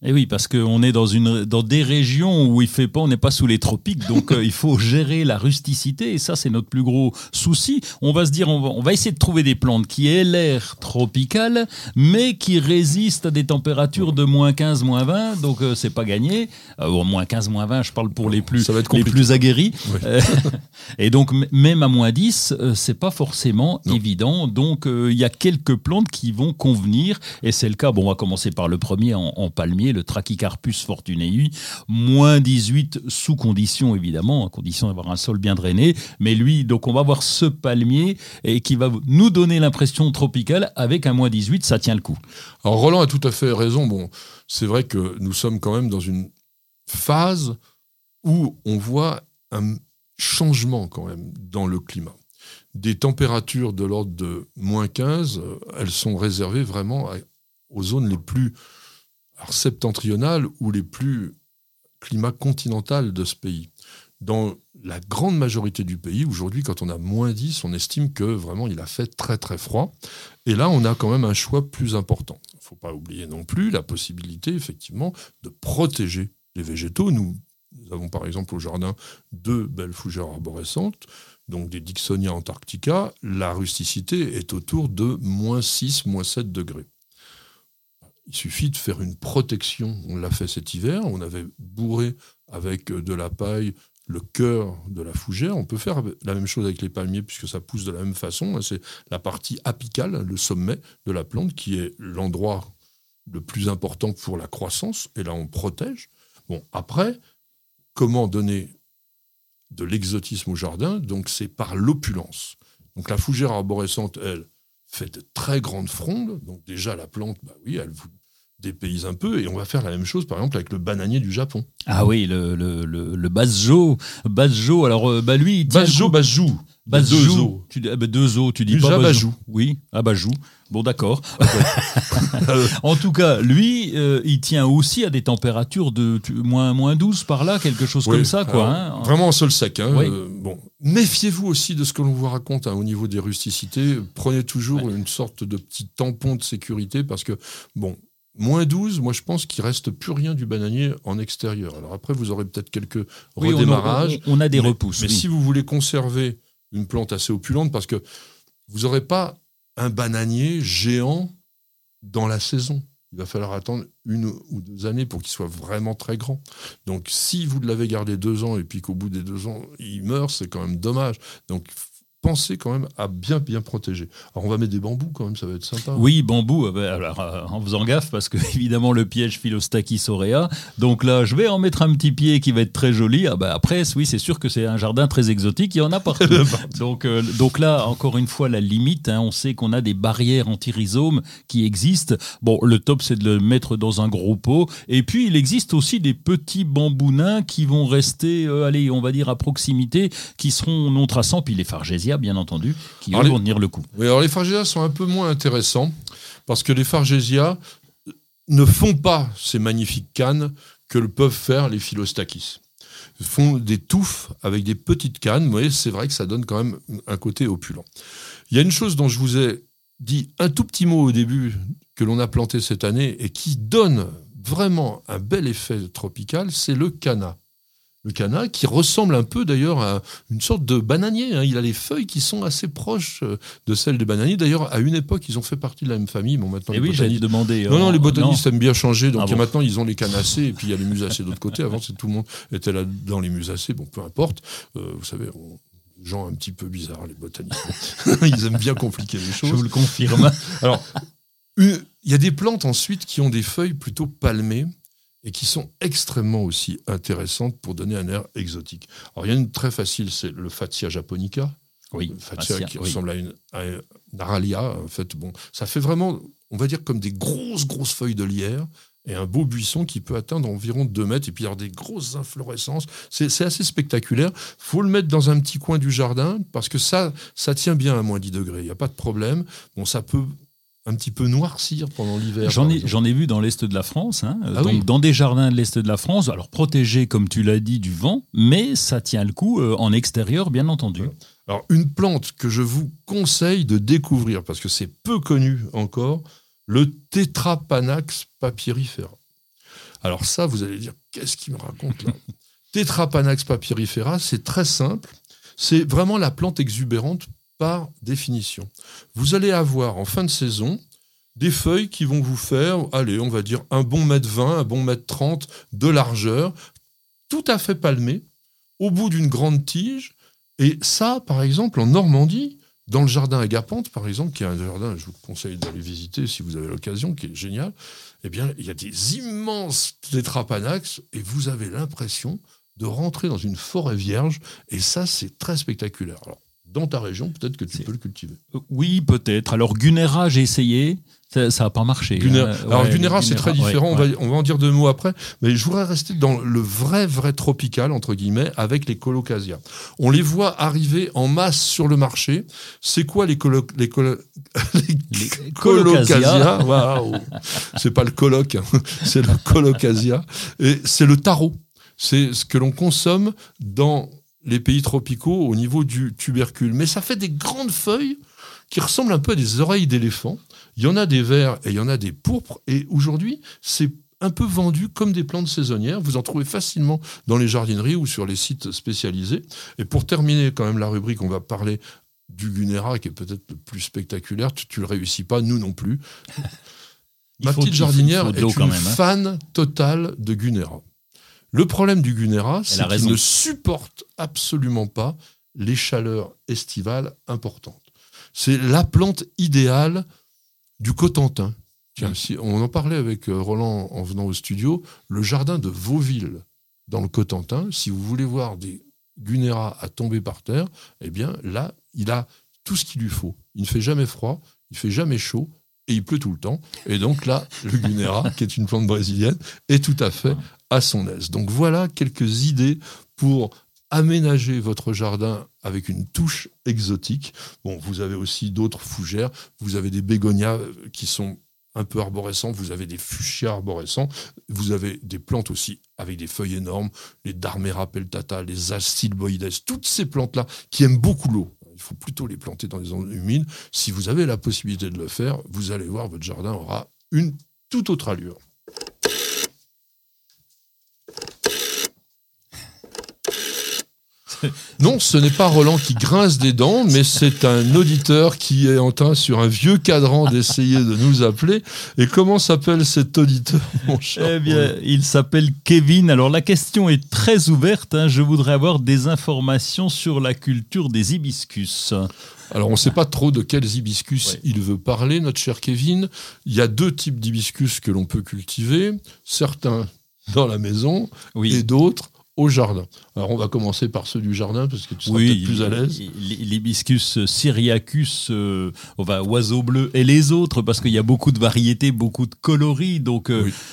D: Et oui, parce qu'on est dans des régions où il fait pas, on n'est pas sous les tropiques, donc il faut gérer la rusticité, et ça c'est notre plus gros souci. On va se dire, on va essayer de trouver des plantes qui aient l'air tropical, mais qui résistent à des températures de moins 15, moins 20, donc c'est pas gagné. Moins 15, moins 20, je parle pour les plus aguerris. Oui. Et donc même à moins 10, c'est pas forcément évident, donc il y a quelques plantes qui vont convenir, et c'est le cas, on va commencer par le premier en palmier, le Trachycarpus fortunei, moins 18 sous condition évidemment, à condition d'avoir un sol bien drainé, mais lui, donc on va voir ce palmier et qui va nous donner l'impression tropicale avec un moins 18, ça tient le coup.
C: Alors Roland a tout à fait raison, c'est vrai que nous sommes quand même dans une phase où on voit un changement quand même dans le climat. Des températures de l'ordre de moins 15, elles sont réservées vraiment aux zones les plus septentrionales ou les plus climat continental de ce pays. Dans la grande majorité du pays, aujourd'hui, quand on a moins 10, on estime que vraiment il a fait très très froid. Et là, on a quand même un choix plus important. Il ne faut pas oublier non plus la possibilité, effectivement, de protéger les végétaux. Nous avons par exemple au jardin 2 belles fougères arborescentes, donc des Dicksonia antarctica. La rusticité est autour de moins 6, moins 7 degrés. Il suffit de faire une protection. On l'a fait cet hiver. On avait bourré avec de la paille le cœur de la fougère. On peut faire la même chose avec les palmiers puisque ça pousse de la même façon. C'est la partie apicale, le sommet de la plante, qui est l'endroit le plus important pour la croissance. Et là, on protège. Après, comment donner de l'exotisme au jardin ? Donc, c'est par l'opulence. Donc, la fougère arborescente, elle, fait de très grandes frondes, donc déjà la plante, elle vous dépayse un peu, et on va faire la même chose par exemple avec le bananier du Japon.
D: Ah oui, le Basjo, alors lui... il tient
C: Basjou.
D: Deux os, tu dis pas Basjou. Oui, Basjou. Bon, d'accord. En tout cas, lui, il tient aussi à des températures de moins 12 par là, quelque chose comme ça, quoi.
C: Vraiment en sol sec.
D: Oui.
C: Méfiez-vous aussi de ce que l'on vous raconte au niveau des rusticités. Prenez toujours une sorte de petit tampon de sécurité parce que, moins 12, moi je pense qu'il ne reste plus rien du bananier en extérieur. Alors après, vous aurez peut-être quelques redémarrages.
D: On a des repousses.
C: Mais si vous voulez conserver une plante assez opulente, parce que vous n'aurez pas un bananier géant dans la saison. Il va falloir attendre 1 ou 2 années pour qu'il soit vraiment très grand. Donc, si vous l'avez gardé 2 ans et puis qu'au bout des 2 ans, il meurt, c'est quand même dommage. Donc, pensez quand même à bien protéger. Alors, on va mettre des bambous quand même, ça va être sympa.
D: Oui, bambou, en faisant gaffe, parce que évidemment le piège Philostachys aurea. Donc là, je vais en mettre un petit pied qui va être très joli. Après, oui, c'est sûr que c'est un jardin très exotique, il y en a partout. donc là, encore une fois, la limite, on sait qu'on a des barrières anti-rhizomes qui existent. Le top, c'est de le mettre dans un gros pot. Et puis, il existe aussi des petits bambous nains qui vont rester, on va dire, à proximité, qui seront non traçants. Puis les Fargesia, bien entendu, qui vont tenir le coup.
C: Oui, alors les Fargesia sont un peu moins intéressants parce que les Fargesia ne font pas ces magnifiques cannes que le peuvent faire les Philostachys. Ils font des touffes avec des petites cannes, mais c'est vrai que ça donne quand même un côté opulent. Il y a une chose dont je vous ai dit un tout petit mot au début que l'on a planté cette année et qui donne vraiment un bel effet tropical, c'est le canna. Le canna, qui ressemble un peu d'ailleurs à une sorte de bananier. Il a les feuilles qui sont assez proches de celles des bananiers. D'ailleurs, à une époque, ils ont fait partie de la même famille. Maintenant,
D: j'allais demander.
C: Non, les botanistes aiment bien changer. Donc maintenant, ils ont les canacées et puis il y a les musacées de l'autre côté. Avant, tout le monde était là dans les musacées. Peu importe. Vous savez, gens un petit peu bizarres, les botanistes. Ils aiment bien compliquer les choses.
D: Je vous le confirme.
C: Alors, il y a des plantes ensuite qui ont des feuilles plutôt palmées et qui sont extrêmement aussi intéressantes pour donner un air exotique. Alors, il y a une très facile, c'est le Fatsia japonica.
D: Oui,
C: Fatsia qui ressemble à une aralia. En fait, ça fait vraiment, on va dire, comme des grosses feuilles de lierre et un beau buisson qui peut atteindre environ 2 mètres et puis avoir des grosses inflorescences. C'est assez spectaculaire. Il faut le mettre dans un petit coin du jardin parce que ça tient bien à moins 10 degrés. Il n'y a pas de problème. Ça peut un petit peu noircir pendant l'hiver.
D: J'en ai vu dans l'Est de la France, dans des jardins de l'Est de la France, alors protégés, comme tu l'as dit, du vent, mais ça tient le coup en extérieur, bien entendu.
C: Alors, une plante que je vous conseille de découvrir, parce que c'est peu connu encore, le Tetrapanax papyrifera. Alors ça, vous allez dire, qu'est-ce qu'il me raconte là? Tetrapanax papyrifera, c'est très simple. C'est vraiment la plante exubérante par définition. Vous allez avoir en fin de saison des feuilles qui vont vous faire, allez, on va dire un bon 1,20 m, un bon 1,30 m de largeur, tout à fait palmé, au bout d'une grande tige. Et ça, par exemple, en Normandie, dans le jardin Agapante, par exemple, qui est un jardin, je vous conseille d'aller visiter si vous avez l'occasion, qui est génial, eh bien, il y a des immenses tétrapanax et vous avez l'impression de rentrer dans une forêt vierge. Et ça, c'est très spectaculaire. Alors, dans ta région, peut-être que tu peux le cultiver.
D: Oui, peut-être. Alors, Gunera, j'ai essayé. Ça n'a pas marché.
C: Alors, Gunera, c'est très différent. Ouais. On va en dire 2 mots après. Mais je voudrais rester dans le vrai tropical, entre guillemets, avec les colocasia. On les voit arriver en masse sur le marché. C'est quoi les colocasia? Waouh. C'est pas le coloc, hein. C'est le colocasia. Et c'est le taro. C'est ce que l'on consomme dans les pays tropicaux au niveau du tubercule. Mais ça fait des grandes feuilles qui ressemblent un peu à des oreilles d'éléphant. Il y en a des verts et il y en a des pourpres. Et aujourd'hui, c'est un peu vendu comme des plantes saisonnières. Vous en trouvez facilement dans les jardineries ou sur les sites spécialisés. Et pour terminer quand même la rubrique, on va parler du Gunera, qui est peut-être le plus spectaculaire. Tu le réussis pas, nous non plus. Ma petite jardinière est une fan totale de Gunera. Le problème du Gunera, c'est qu'il ne supporte absolument pas les chaleurs estivales importantes. C'est la plante idéale du Cotentin. Tiens, on en parlait avec Roland en venant au studio, le jardin de Vauville, dans le Cotentin, si vous voulez voir des Gunera à tomber par terre, eh bien là, il a tout ce qu'il lui faut. Il ne fait jamais froid, il ne fait jamais chaud, et il pleut tout le temps. Et donc là, le Gunera, qui est une plante brésilienne, est tout à fait à son aise. Donc voilà quelques idées pour aménager votre jardin avec une touche exotique. Bon, vous avez aussi d'autres fougères. Vous avez des bégonias qui sont un peu arborescents. Vous avez des fuchsias arborescents. Vous avez des plantes aussi avec des feuilles énormes. Les Darmera peltata, les Astilboides. Toutes ces plantes-là qui aiment beaucoup l'eau. Il faut plutôt les planter dans des zones humides. Si vous avez la possibilité de le faire, vous allez voir, votre jardin aura une toute autre allure. Non, ce n'est pas Roland qui grince des dents, mais c'est un auditeur qui est en train, sur un vieux cadran, d'essayer de nous appeler. Et comment s'appelle cet auditeur, mon cher?
D: Eh bien, il s'appelle Kevin. Alors, la question est très ouverte. Je voudrais avoir des informations sur la culture des hibiscus.
C: Alors, on ne sait pas trop de quels hibiscus il veut parler, notre cher Kevin. Il y a 2 types d'hibiscus que l'on peut cultiver. Certains dans la maison et d'autres au jardin. Alors, on va commencer par ceux du jardin, parce que tu seras peut-être plus à l'aise.
D: L'hibiscus syriacus, oiseau bleu, et les autres, parce qu'il y a beaucoup de variétés, beaucoup de coloris. Donc,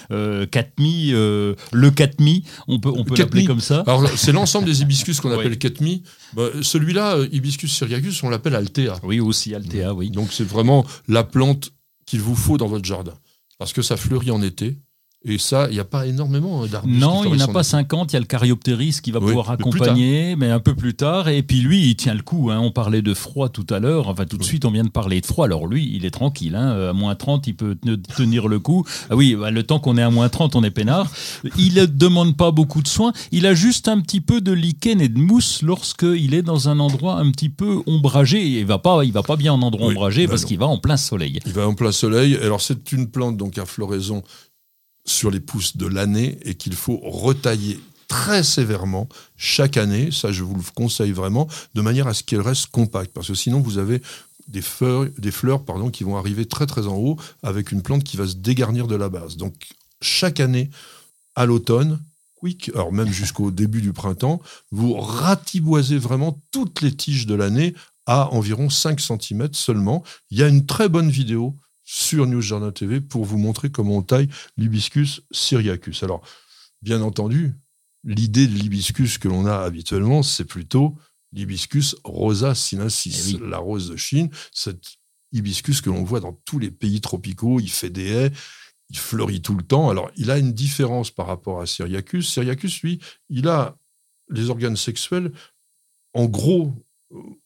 D: Katmi, le Katmi, on peut l'appeler comme ça.
C: Alors, c'est l'ensemble des hibiscus qu'on appelle Katmi. Celui-là, hibiscus syriacus, on l'appelle Altea.
D: Oui, aussi Altea, oui.
C: Donc, c'est vraiment la plante qu'il vous faut dans votre jardin. Parce que ça fleurit en été. Et ça, il n'y a pas énormément d'arbustes.
D: Non, il n'y en a pas 50. Il y a le Caryopteris qui va pouvoir accompagner, mais un peu plus tard. Et puis lui, il tient le coup. On parlait de froid tout à l'heure. Enfin, tout de suite, on vient de parler de froid. Alors lui, il est tranquille. À moins 30, il peut tenir le coup. Ah oui, le temps qu'on est à moins 30, on est peinard. Il ne demande pas beaucoup de soins. Il a juste un petit peu de lichen et de mousse lorsqu'il est dans un endroit un petit peu ombragé. Il va pas bien en endroit ombragé parce qu'il va en plein soleil.
C: Il va en plein soleil. Alors, c'est une plante donc à floraison sur les pousses de l'année et qu'il faut retailler très sévèrement chaque année. Ça, je vous le conseille vraiment, de manière à ce qu'elle reste compacte. Parce que sinon, vous avez des fleurs qui vont arriver très très en haut avec une plante qui va se dégarnir de la base. Donc, chaque année, à l'automne, alors même jusqu'au début du printemps, vous ratiboisez vraiment toutes les tiges de l'année à environ 5 cm seulement. Il y a une très bonne vidéo sur News Jardin TV pour vous montrer comment on taille l'hibiscus syriacus. Alors, bien entendu, l'idée de l'hibiscus que l'on a habituellement, c'est plutôt l'hibiscus rosa sinensis, la rose de Chine, cet hibiscus que l'on voit dans tous les pays tropicaux. Il fait des haies, il fleurit tout le temps. Alors, il a une différence par rapport à Syriacus. Syriacus, lui, il a les organes sexuels en gros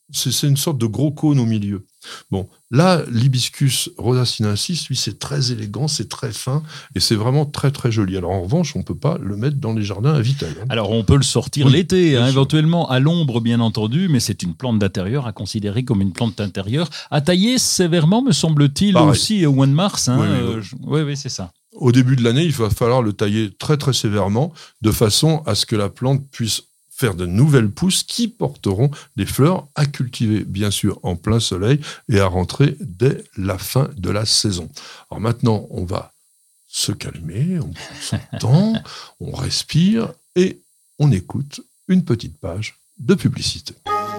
C: c'est une sorte de gros cône au milieu. Bon, là, l'hibiscus rosa sinensis, lui, c'est très élégant, c'est très fin, et c'est vraiment très, très joli. Alors, en revanche, on ne peut pas le mettre dans les jardins à Vitel.
D: Alors, on peut le sortir l'été, éventuellement à l'ombre, bien entendu, mais c'est une plante d'intérieur à considérer comme une plante d'intérieur. À tailler sévèrement, me semble-t-il, aussi au mois de mars. Oui, c'est ça.
C: Au début de l'année, il va falloir le tailler très, très sévèrement, de façon à ce que la plante puisse faire de nouvelles pousses qui porteront des fleurs à cultiver, bien sûr, en plein soleil et à rentrer dès la fin de la saison. Alors maintenant, on va se calmer, on prend son temps, on respire et on écoute une petite page de publicité.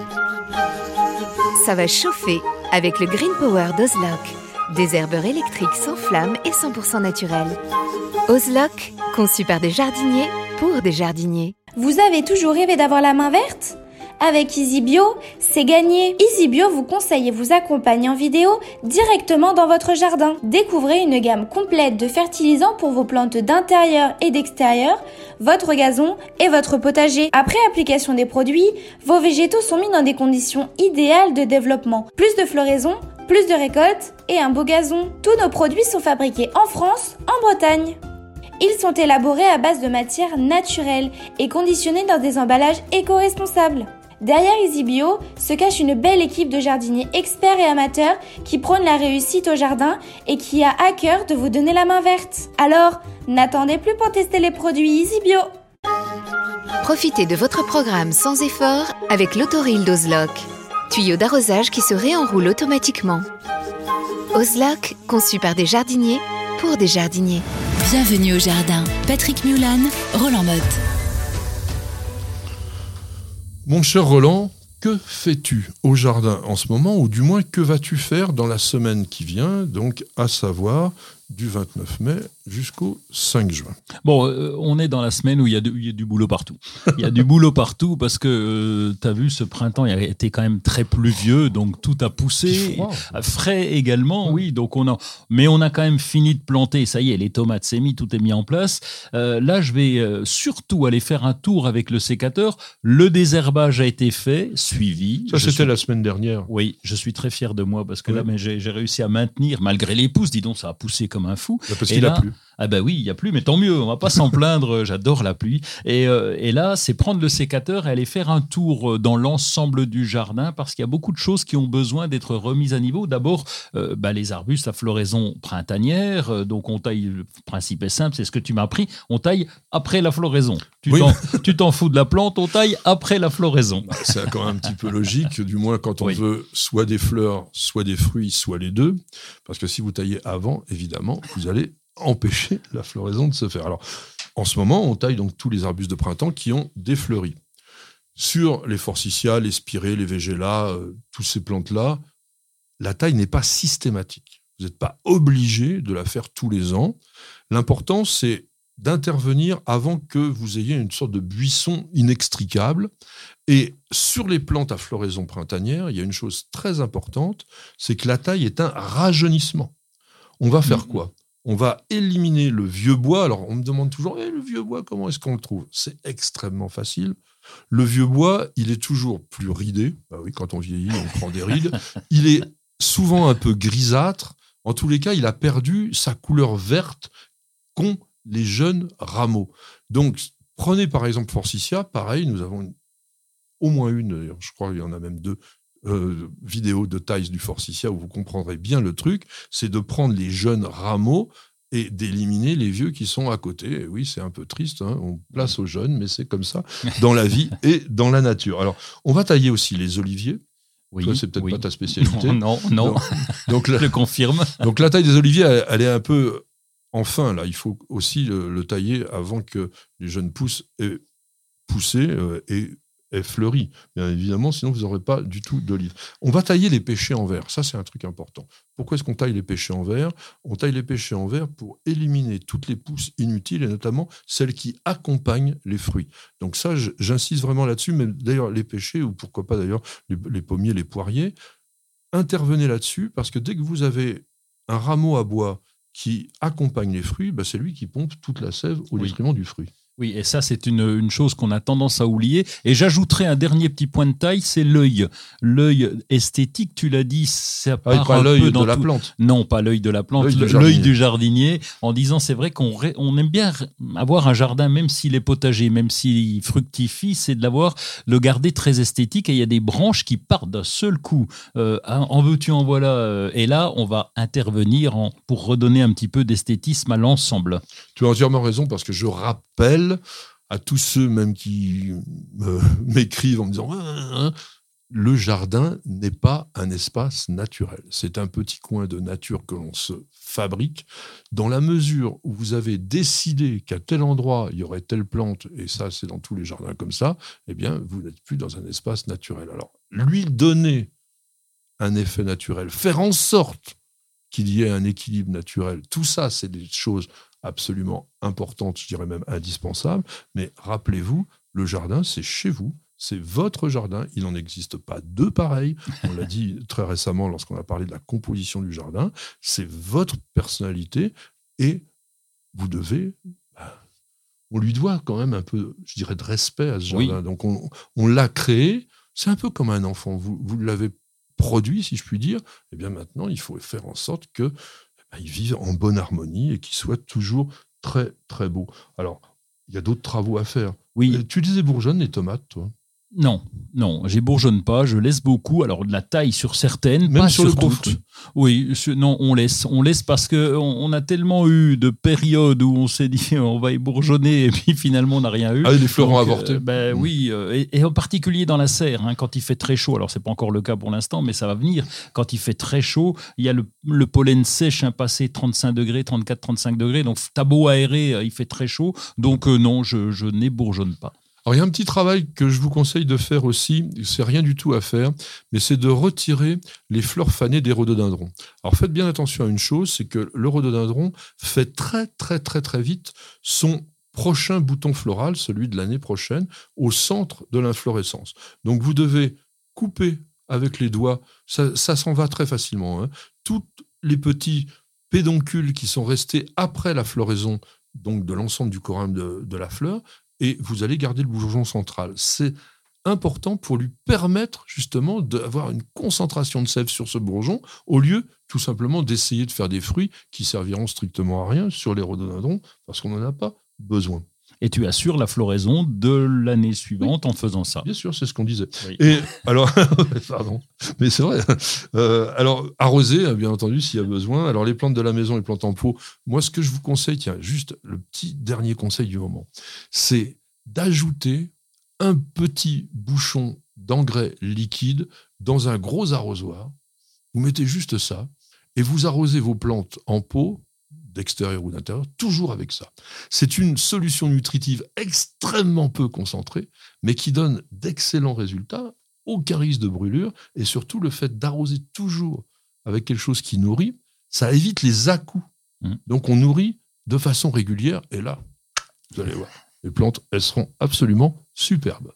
E: Ça va chauffer avec le Green Power d'Ozlock. Des herbeurs électriques sans flamme et 100% naturels. Ozlock, conçu par des jardiniers pour des jardiniers.
F: Vous avez toujours rêvé d'avoir la main verte ? Avec EasyBio, c'est gagné. EasyBio vous conseille et vous accompagne en vidéo directement dans votre jardin. Découvrez une gamme complète de fertilisants pour vos plantes d'intérieur et d'extérieur, votre gazon et votre potager. Après application des produits, vos végétaux sont mis dans des conditions idéales de développement. Plus de floraison, plus de récoltes et un beau gazon. Tous nos produits sont fabriqués en France, en Bretagne. Ils sont élaborés à base de matières naturelles et conditionnés dans des emballages éco-responsables. Derrière EasyBio se cache une belle équipe de jardiniers experts et amateurs qui prônent la réussite au jardin et qui a à cœur de vous donner la main verte. Alors, n'attendez plus pour tester les produits EasyBio.
E: Profitez de votre programme sans effort avec l'autoril d'Ozlock. Tuyau d'arrosage qui se réenroule automatiquement. Ozlock, conçu par des jardiniers pour des jardiniers.
B: Bienvenue au jardin. Patrick Mulan, Roland Motte.
C: Mon cher Roland, que fais-tu au jardin en ce moment, ou du moins que vas-tu faire dans la semaine qui vient, donc à savoir du 29 mai jusqu'au 5 juin.
D: Bon, on est dans la semaine où il y a du boulot partout. Il y a du boulot partout parce que, tu as vu, ce printemps, il a été quand même très pluvieux, donc tout a poussé. Frais également, oui. Donc mais on a quand même fini de planter. Ça y est, les tomates, c'est mis, tout est mis en place. Là, je vais surtout aller faire un tour avec le sécateur. Le désherbage a été fait, suivi.
C: Ça, c'était la semaine dernière.
D: Oui, je suis très fier de moi parce que là, mais j'ai réussi à maintenir, malgré les pousses, dis donc, ça a poussé comme un fou.
C: Parce qu'il a plu.
D: Ah ben oui, il n'y a plus, mais tant mieux, on va pas s'en plaindre, j'adore la pluie. Et là, c'est prendre le sécateur et aller faire un tour dans l'ensemble du jardin parce qu'il y a beaucoup de choses qui ont besoin d'être remises à niveau. D'abord, les arbustes à floraison printanière, donc on taille, le principe est simple, c'est ce que tu m'as appris, on taille après la floraison. Tu t'en fous de la plante, on taille après la floraison.
C: C'est quand même un petit peu logique, du moins quand on veut soit des fleurs, soit des fruits, soit les deux, parce que si vous taillez avant, évidemment, vous allez empêcher la floraison de se faire. Alors, en ce moment, on taille donc tous les arbustes de printemps qui ont défleuri. Sur les forsythias, les spirées, les végélas, toutes ces plantes-là, la taille n'est pas systématique. Vous n'êtes pas obligé de la faire tous les ans. L'important, c'est d'intervenir avant que vous ayez une sorte de buisson inextricable. Et sur les plantes à floraison printanière, il y a une chose très importante, c'est que la taille est un rajeunissement. On va faire quoi ? On va éliminer le vieux bois. Alors, on me demande toujours, le vieux bois, comment est-ce qu'on le trouve ? C'est extrêmement facile. Le vieux bois, il est toujours plus ridé. Bah oui, quand on vieillit, on prend des rides. Il est souvent un peu grisâtre. En tous les cas, il a perdu sa couleur verte qu'ont les jeunes rameaux. Donc, prenez par exemple Forsythia. Pareil, nous avons au moins une, d'ailleurs, je crois qu'il y en a même deux, vidéo de taille du Forsythia où vous comprendrez bien le truc, c'est de prendre les jeunes rameaux et d'éliminer les vieux qui sont à côté. Et oui, c'est un peu triste, hein, on place aux jeunes, mais c'est comme ça dans la vie et dans la nature. Alors, on va tailler aussi les oliviers. Oui, toi, c'est peut-être pas ta spécialité.
D: Non. Donc, je le confirme.
C: Donc, la taille des oliviers, elle est un peu enfin, là. Il faut aussi le tailler avant que les jeunes pousses aient poussé et fleurit, bien évidemment, sinon vous n'aurez pas du tout d'olives. On va tailler les pêchers en verre, ça c'est un truc important. Pourquoi est-ce qu'on taille les pêchers en verre ? On taille les pêchers en verre pour éliminer toutes les pousses inutiles et notamment celles qui accompagnent les fruits. Donc ça, j'insiste vraiment là-dessus, mais d'ailleurs les pêchers, ou pourquoi pas d'ailleurs les pommiers, les poiriers, intervenez là-dessus parce que dès que vous avez un rameau à bois qui accompagne les fruits, c'est lui qui pompe toute la sève au détriment du fruit.
D: Oui, et ça, c'est une chose qu'on a tendance à oublier. Et j'ajouterais un dernier petit point de taille, c'est l'œil. L'œil esthétique, tu l'as dit, ça part
C: pas
D: un
C: l'œil
D: peu
C: de
D: dans
C: la
D: tout.
C: plante.
D: Non, pas l'œil de la plante,
C: L'œil du
D: l'œil du jardinier, en disant c'est vrai on aime bien avoir un jardin, même s'il est potager, même s'il fructifie, c'est de le garder très esthétique. Et il y a des branches qui partent d'un seul coup. En veux-tu, en voilà. Et là, on va intervenir pour redonner un petit peu d'esthétisme à l'ensemble.
C: Tu as entièrement raison, parce que je rappelle à tous ceux même qui m'écrivent en me disant le jardin n'est pas un espace naturel. C'est un petit coin de nature que l'on se fabrique dans la mesure où vous avez décidé qu'à tel endroit il y aurait telle plante, et ça c'est dans tous les jardins comme ça, eh bien vous n'êtes plus dans un espace naturel. Alors lui donner un effet naturel, faire en sorte qu'il y ait un équilibre naturel, tout ça c'est des choses absolument importante, je dirais même indispensable, mais rappelez-vous, le jardin, c'est chez vous, c'est votre jardin, il n'en existe pas deux pareils, on l'a dit très récemment lorsqu'on a parlé de la composition du jardin, c'est votre personnalité, et vous devez, on lui doit quand même un peu, je dirais, de respect à ce jardin, donc on l'a créé, c'est un peu comme un enfant, vous l'avez produit, si je puis dire, et bien maintenant, il faut faire en sorte que ils vivent en bonne harmonie et qu'ils soient toujours très, très beaux. Alors, il y a d'autres travaux à faire.
D: Oui.
C: Tu disais bourgeonne les tomates, toi?
D: Non, je bourgeonne pas, je laisse beaucoup. Alors de la taille sur certaines,
C: même
D: pas
C: sur
D: sur
C: le gros
D: toutes.
C: fruit.
D: Oui, on laisse parce que on a tellement eu de périodes où on s'est dit on va y bourgeonner et puis finalement on n'a rien eu.
C: Ah, les fleurons avortés.
D: Oui, et en particulier dans la serre, quand il fait très chaud. Alors c'est pas encore le cas pour l'instant, mais ça va venir. Quand il fait très chaud, il y a le pollen sèche, passé 35 degrés, 34, 35 degrés. Donc t'as beau aérer, il fait très chaud. Donc non, je n'ébourgeonne pas.
C: Alors, il y a un petit travail que je vous conseille de faire aussi, c'est rien du tout à faire, mais c'est de retirer les fleurs fanées des rhododendrons. Alors, faites bien attention à une chose, c'est que le rhododendron fait très, très, très, très vite son prochain bouton floral, celui de l'année prochaine, au centre de l'inflorescence. Donc, vous devez couper avec les doigts, ça s'en va très facilement, tous les petits pédoncules qui sont restés après la floraison, donc de l'ensemble du corymbe de la fleur, et vous allez garder le bourgeon central. C'est important pour lui permettre justement d'avoir une concentration de sève sur ce bourgeon, au lieu tout simplement d'essayer de faire des fruits qui serviront strictement à rien sur les rhododendrons, parce qu'on n'en a pas besoin.
D: Et tu assures la floraison de l'année suivante en faisant ça.
C: Bien sûr, c'est ce qu'on disait.
D: Oui.
C: Et alors, pardon, mais c'est vrai. Alors, arroser, bien entendu, s'il y a besoin. Alors, les plantes de la maison, les plantes en pot, moi, ce que je vous conseille, tiens, juste le petit dernier conseil du moment, c'est d'ajouter un petit bouchon d'engrais liquide dans un gros arrosoir. Vous mettez juste ça et vous arrosez vos plantes en pot, d'extérieur ou d'intérieur, toujours avec ça. C'est une solution nutritive extrêmement peu concentrée, mais qui donne d'excellents résultats, aucun risque de brûlure, et surtout le fait d'arroser toujours avec quelque chose qui nourrit, ça évite les à-coups. Donc on nourrit de façon régulière, et là, vous allez voir, les plantes, elles seront absolument superbes.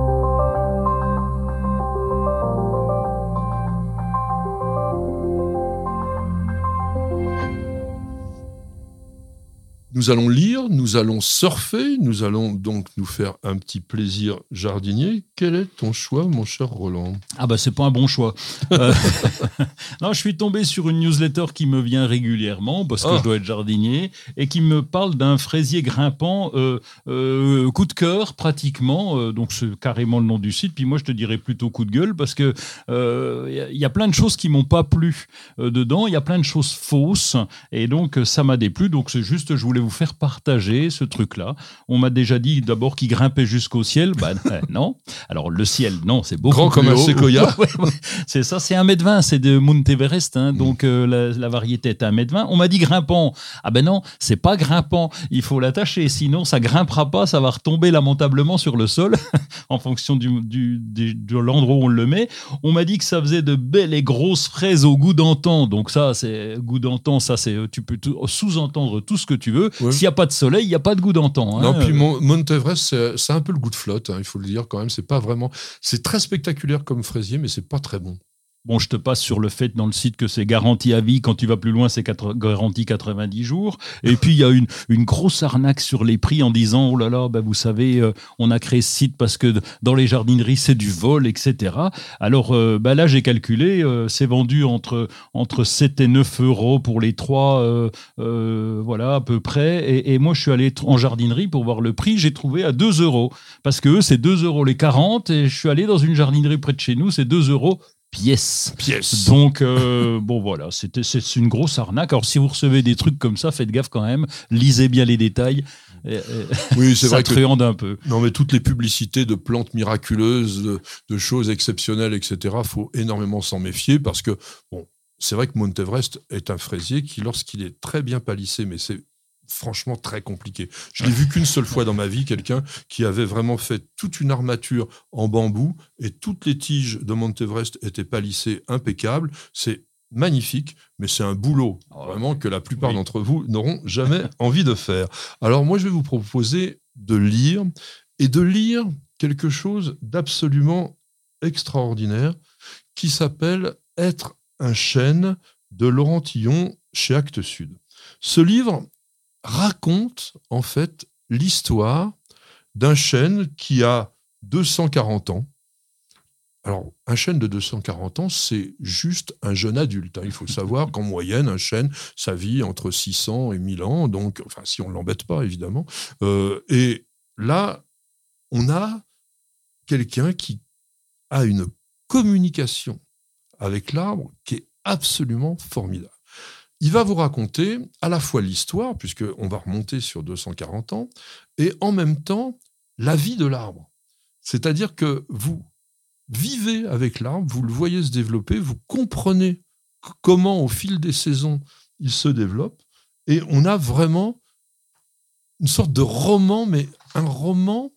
C: Nous allons lire, nous allons surfer, nous allons donc nous faire un petit plaisir jardinier. Quel est ton choix, mon cher Roland ?
D: Ah bah c'est pas un bon choix. Non, je suis tombé sur une newsletter qui me vient régulièrement parce que je dois être jardinier et qui me parle d'un fraisier grimpant coup de cœur pratiquement. Donc c'est carrément le nom du site. Puis moi je te dirais plutôt coup de gueule parce que y a plein de choses qui m'ont pas plu dedans. Il y a plein de choses fausses et donc ça m'a déplu. Donc c'est juste, je voulais vous faire partager ce truc-là. On m'a déjà dit d'abord qu'il grimpait jusqu'au ciel. Non. Alors le ciel, non, c'est beaucoup
C: grand
D: plus
C: comme un
D: haut.
C: séquoia.
D: Ouais. C'est ça, c'est 1,20 m, c'est de Mount Everest, donc la variété est à 1,20 m. On m'a dit grimpant. Ah ben non, c'est pas grimpant, il faut l'attacher, sinon ça grimpera pas, ça va retomber lamentablement sur le sol, en fonction de l'endroit où on le met. On m'a dit que ça faisait de belles et grosses fraises au goût d'antan, donc ça, c'est goût d'antan, ça c'est, tu peux sous-entendre tout ce que tu veux. Ouais. S'il n'y a pas de soleil, il n'y a pas de goût d'antan.
C: Non, puis Mount Everest, c'est un peu le goût de flotte, il faut le dire quand même, c'est pas vraiment, c'est très spectaculaire comme fraisier, mais c'est pas très bon.
D: Bon, je te passe sur le fait dans le site que c'est garanti à vie. Quand tu vas plus loin, c'est garanti 90 jours. Et puis, il y a une grosse arnaque sur les prix en disant, oh là là, vous savez, on a créé ce site parce que dans les jardineries, c'est du vol, etc. Alors, là, j'ai calculé, c'est vendu entre 7 et 9 euros pour les 3, voilà, à peu près. Et moi, je suis allé en jardinerie pour voir le prix. J'ai trouvé à 2 euros. Parce que eux, c'est 2 euros les 40. Et je suis allé dans une jardinerie près de chez nous, c'est 2 euros pièce. Donc, voilà, c'est une grosse arnaque. Alors, si vous recevez des trucs comme ça, faites gaffe quand même, lisez bien les détails.
C: Oui, c'est vrai que
D: truande un peu.
C: Non, mais toutes les publicités de plantes miraculeuses, de choses exceptionnelles, etc., faut énormément s'en méfier parce que, c'est vrai que Monteverest est un fraisier qui, lorsqu'il est très bien palissé, mais c'est franchement très compliqué. Je l'ai vu qu'une seule fois dans ma vie, quelqu'un qui avait vraiment fait toute une armature en bambou et toutes les tiges de Monteverest étaient palissées impeccables. C'est magnifique, mais c'est un boulot vraiment que la plupart d'entre vous n'auront jamais envie de faire. Alors moi, je vais vous proposer de lire quelque chose d'absolument extraordinaire qui s'appelle « Être un chêne » de Laurent Tillon chez Actes Sud. Ce livre raconte en fait l'histoire d'un chêne qui a 240 ans. Alors, un chêne de 240 ans, c'est juste un jeune adulte. Il faut savoir qu'en moyenne, un chêne, ça vit entre 600 et 1000 ans, donc, enfin, si on ne l'embête pas, évidemment. Et là, on a quelqu'un qui a une communication avec l'arbre qui est absolument formidable. Il va vous raconter à la fois l'histoire, puisqu'on va remonter sur 240 ans, et en même temps, la vie de l'arbre. C'est-à-dire que vous vivez avec l'arbre, vous le voyez se développer, vous comprenez comment, au fil des saisons, il se développe, et on a vraiment une sorte de roman, mais un roman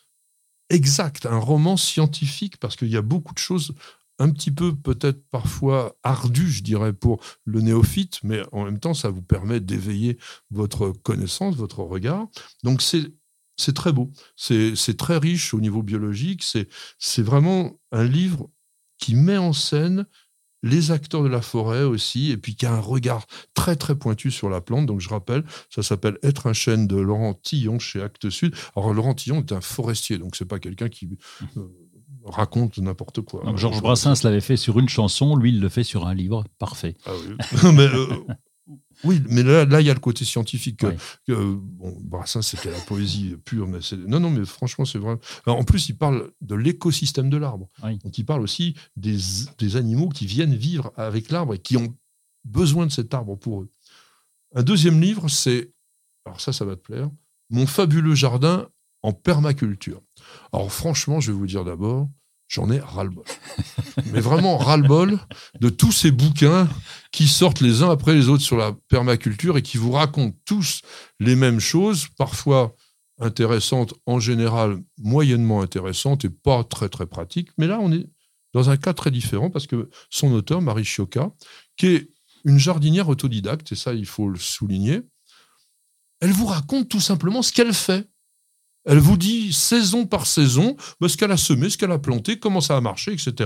C: exact, un roman scientifique, parce qu'il y a beaucoup de choses un petit peu peut-être parfois ardu, je dirais, pour le néophyte, mais en même temps, ça vous permet d'éveiller votre connaissance, votre regard. Donc, c'est très beau. C'est très riche au niveau biologique. C'est vraiment un livre qui met en scène les acteurs de la forêt aussi, et puis qui a un regard très, très pointu sur la plante. Donc, je rappelle, ça s'appelle « Être un chêne » de Laurent Tillon chez Actes Sud. Alors, Laurent Tillon est un forestier, donc c'est pas quelqu'un qui raconte n'importe quoi.
D: Donc Georges Brassens l'avait fait sur une chanson, lui il le fait sur un livre, parfait.
C: Ah oui. Oui, mais là il y a le côté scientifique. Oui. Brassens c'était la poésie pure, mais mais franchement c'est vrai. Alors, en plus il parle de l'écosystème de l'arbre. Oui. Donc il parle aussi des animaux qui viennent vivre avec l'arbre et qui ont besoin de cet arbre pour eux. Un deuxième livre, c'est, alors ça va te plaire, Mon fabuleux jardin en permaculture. Alors franchement, je vais vous dire d'abord, j'en ai ras-le-bol. Mais vraiment ras-le-bol de tous ces bouquins qui sortent les uns après les autres sur la permaculture et qui vous racontent tous les mêmes choses, parfois intéressantes, en général moyennement intéressantes et pas très très pratiques. Mais là, on est dans un cas très différent parce que son auteur, Marie Chiocca, qui est une jardinière autodidacte, et ça, il faut le souligner, elle vous raconte tout simplement ce qu'elle fait. Elle vous dit, saison par saison, ce qu'elle a semé, ce qu'elle a planté, comment ça a marché, etc.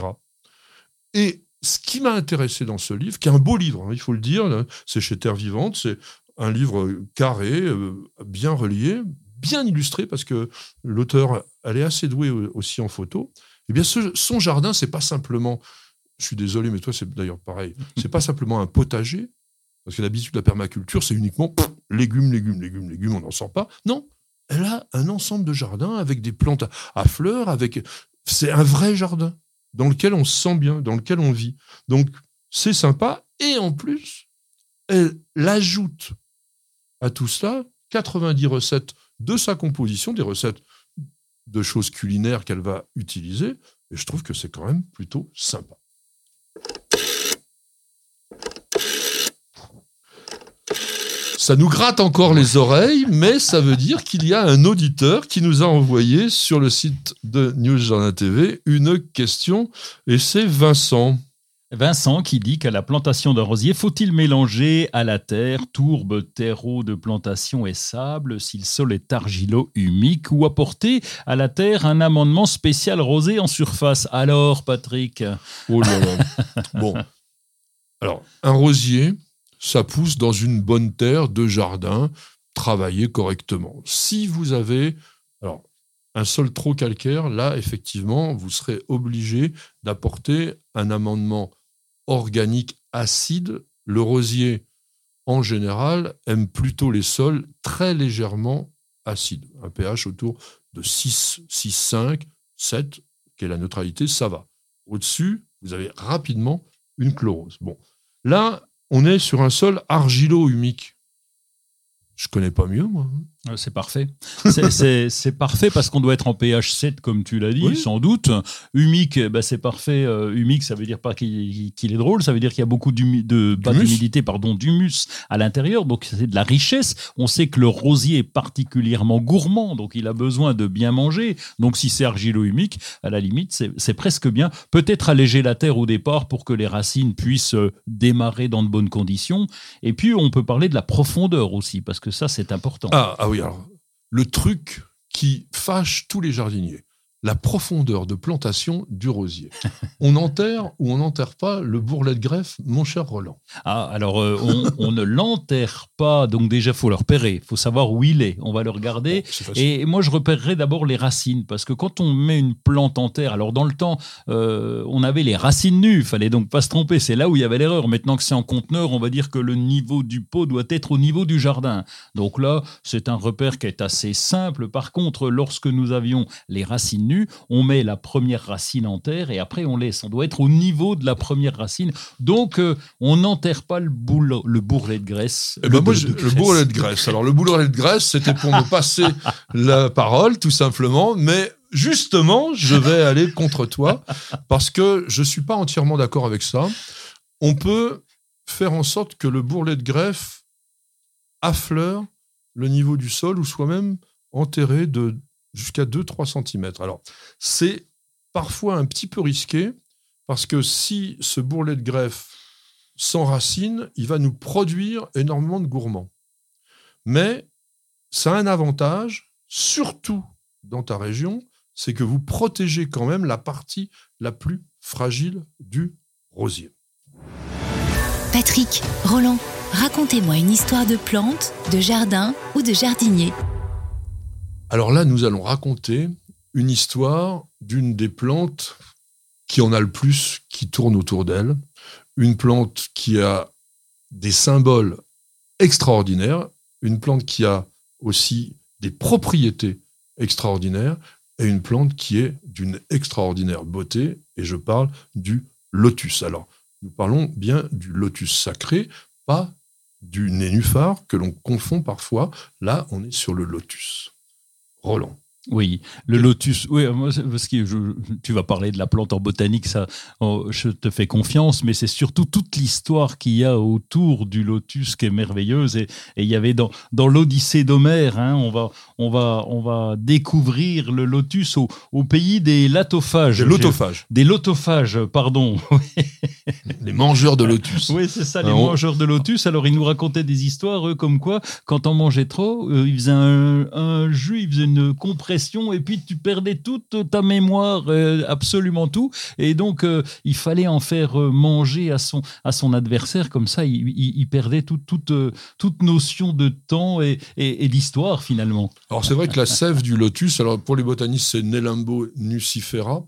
C: Et ce qui m'a intéressé dans ce livre, qui est un beau livre, il faut le dire, c'est chez Terre Vivante, c'est un livre carré, bien relié, bien illustré, parce que l'auteur, elle est assez douée aussi en photo. Eh bien, son jardin, c'est pas simplement, je suis désolé, mais toi, c'est d'ailleurs pareil, c'est pas simplement un potager, parce que d'habitude, la permaculture, c'est uniquement légumes, on n'en sort pas. Non. Elle a un ensemble de jardins avec des plantes à fleurs, c'est un vrai jardin dans lequel on se sent bien, dans lequel on vit. Donc, c'est sympa. Et en plus, elle ajoute à tout cela 90 recettes de sa composition, des recettes de choses culinaires qu'elle va utiliser. Et je trouve que c'est quand même plutôt sympa. Ça nous gratte encore les oreilles, mais ça veut dire qu'il y a un auditeur qui nous a envoyé sur le site de News Jardin TV une question, et c'est Vincent.
D: Vincent qui dit qu'à la plantation d'un rosier, faut-il mélanger à la terre tourbe, terreau de plantation et sable si le sol est argilo-humique ou apporter à la terre un amendement spécial rosé en surface. Alors, Patrick?
C: Oh là là. Bon. Alors, un rosier, ça pousse dans une bonne terre de jardin, travaillée correctement. Si vous avez un sol trop calcaire, là, effectivement, vous serez obligé d'apporter un amendement organique acide. Le rosier, en général, aime plutôt les sols très légèrement acides. Un pH autour de 6, 6,5, 7, qui est la neutralité, ça va. Au-dessus, vous avez rapidement une chlorose. Bon, là, on est sur un sol argilo-humique. Je connais pas mieux, moi.
D: C'est parfait. C'est parfait parce qu'on doit être en pH 7, comme tu l'as dit, oui. Sans doute. Humique, c'est parfait. Humique, ça veut dire pas qu'il est drôle, ça veut dire qu'il y a beaucoup d'humus à l'intérieur, donc c'est de la richesse. On sait que le rosier est particulièrement gourmand, donc il a besoin de bien manger. Donc si c'est argilo-humique, à la limite, c'est presque bien. Peut-être alléger la terre au départ pour que les racines puissent démarrer dans de bonnes conditions. Et puis, on peut parler de la profondeur aussi, parce que ça, c'est important.
C: Ah oui, alors, le truc qui fâche tous les jardiniers, la profondeur de plantation du rosier. On enterre ou on n'enterre pas le bourrelet de greffe, mon cher Roland?
D: Alors, on ne l'enterre pas, donc déjà, il faut le repérer, il faut savoir où il est, on va le regarder. Et moi, je repérerai d'abord les racines, parce que quand on met une plante en terre, alors dans le temps, on avait les racines nues, il fallait donc pas se tromper, c'est là où il y avait l'erreur. Maintenant que c'est en conteneur, on va dire que le niveau du pot doit être au niveau du jardin. Donc là, c'est un repère qui est assez simple. Par contre, lorsque nous avions les racines nues, on met la première racine en terre et après on laisse. On doit être au niveau de la première racine. Donc, on n'enterre pas le bourrelet de graisse.
C: Le bourrelet de graisse. Alors, le bourrelet de graisse, c'était pour me passer la parole, tout simplement. Mais justement, je vais aller contre toi parce que je ne suis pas entièrement d'accord avec ça. On peut faire en sorte que le bourrelet de greffe affleure le niveau du sol ou soit même enterré jusqu'à 2-3 cm. Alors, c'est parfois un petit peu risqué parce que si ce bourrelet de greffe s'enracine, il va nous produire énormément de gourmands. Mais ça a un avantage, surtout dans ta région, c'est que vous protégez quand même la partie la plus fragile du rosier.
B: Patrick, Roland, racontez-moi une histoire de plante, de jardin ou de jardinier.
C: Alors là, nous allons raconter une histoire d'une des plantes qui en a le plus, qui tourne autour d'elle. Une plante qui a des symboles extraordinaires, une plante qui a aussi des propriétés extraordinaires et une plante qui est d'une extraordinaire beauté, et je parle du lotus. Alors, nous parlons bien du lotus sacré, pas du nénuphar que l'on confond parfois. Là, on est sur le lotus. Roland.
D: Oui, le lotus. Oui, parce que tu vas parler de la plante en botanique, ça, je te fais confiance, mais c'est surtout toute l'histoire qu'il y a autour du lotus qui est merveilleuse. Et il y avait dans l'Odyssée d'Homère, on va découvrir le lotus au pays des latophages.
C: Des
D: lotophages, pardon.
C: Les mangeurs de lotus.
D: Oui, c'est ça, les mangeurs de lotus. Alors, ils nous racontaient des histoires, eux, comme quoi, quand on mangeait trop, ils faisaient un jus, ils faisaient une compression, et puis tu perdais toute ta mémoire, absolument tout. Et donc, il fallait en faire manger à son adversaire. Comme ça, il perdait toute notion de temps et d'histoire, finalement.
C: Alors, c'est vrai que la sève du lotus, alors pour les botanistes, c'est Nelumbo nucifera,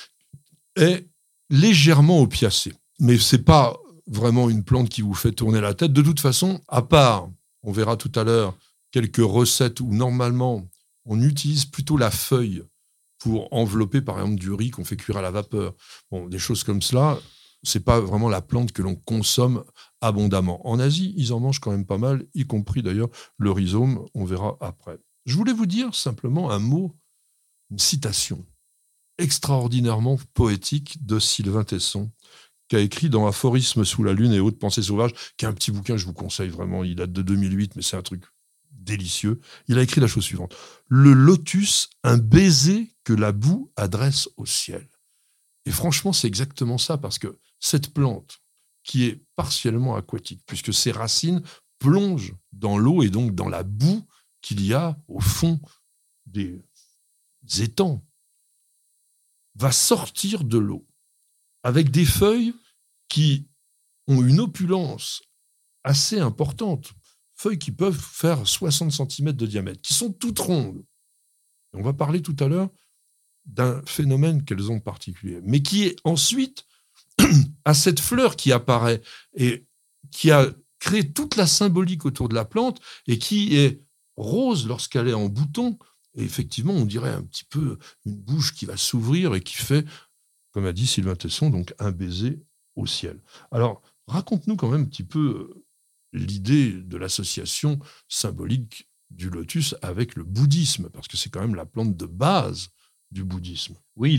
C: est légèrement opiacée. Mais ce n'est pas vraiment une plante qui vous fait tourner la tête. De toute façon, à part, on verra tout à l'heure, quelques recettes où normalement, on utilise plutôt la feuille pour envelopper, par exemple, du riz qu'on fait cuire à la vapeur. Bon, des choses comme cela, ce n'est pas vraiment la plante que l'on consomme abondamment. En Asie, ils en mangent quand même pas mal, y compris d'ailleurs le rhizome, on verra après. Je voulais vous dire simplement un mot, une citation extraordinairement poétique de Sylvain Tesson, qui a écrit dans Aphorismes sous la lune et Haute pensée sauvage, qui est un petit bouquin, je vous conseille vraiment, il date de 2008, mais c'est un truc délicieux. Il a écrit la chose suivante. Le lotus, un baiser que la boue adresse au ciel. Et franchement, c'est exactement ça, parce que cette plante qui est partiellement aquatique, puisque ses racines plongent dans l'eau et donc dans la boue qu'il y a au fond des étangs, va sortir de l'eau avec des feuilles qui ont une opulence assez importante, feuilles qui peuvent faire 60 cm de diamètre, qui sont toutes rondes. Et on va parler tout à l'heure d'un phénomène qu'elles ont particulier, mais qui est ensuite à cette fleur qui apparaît et qui a créé toute la symbolique autour de la plante et qui est rose lorsqu'elle est en bouton. Et effectivement, on dirait un petit peu une bouche qui va s'ouvrir et qui fait, comme a dit Sylvain Tesson, donc un baiser au ciel. Alors, raconte-nous quand même un petit peu l'idée de l'association symbolique du lotus avec le bouddhisme, parce que c'est quand même la plante de base du bouddhisme.
D: Oui,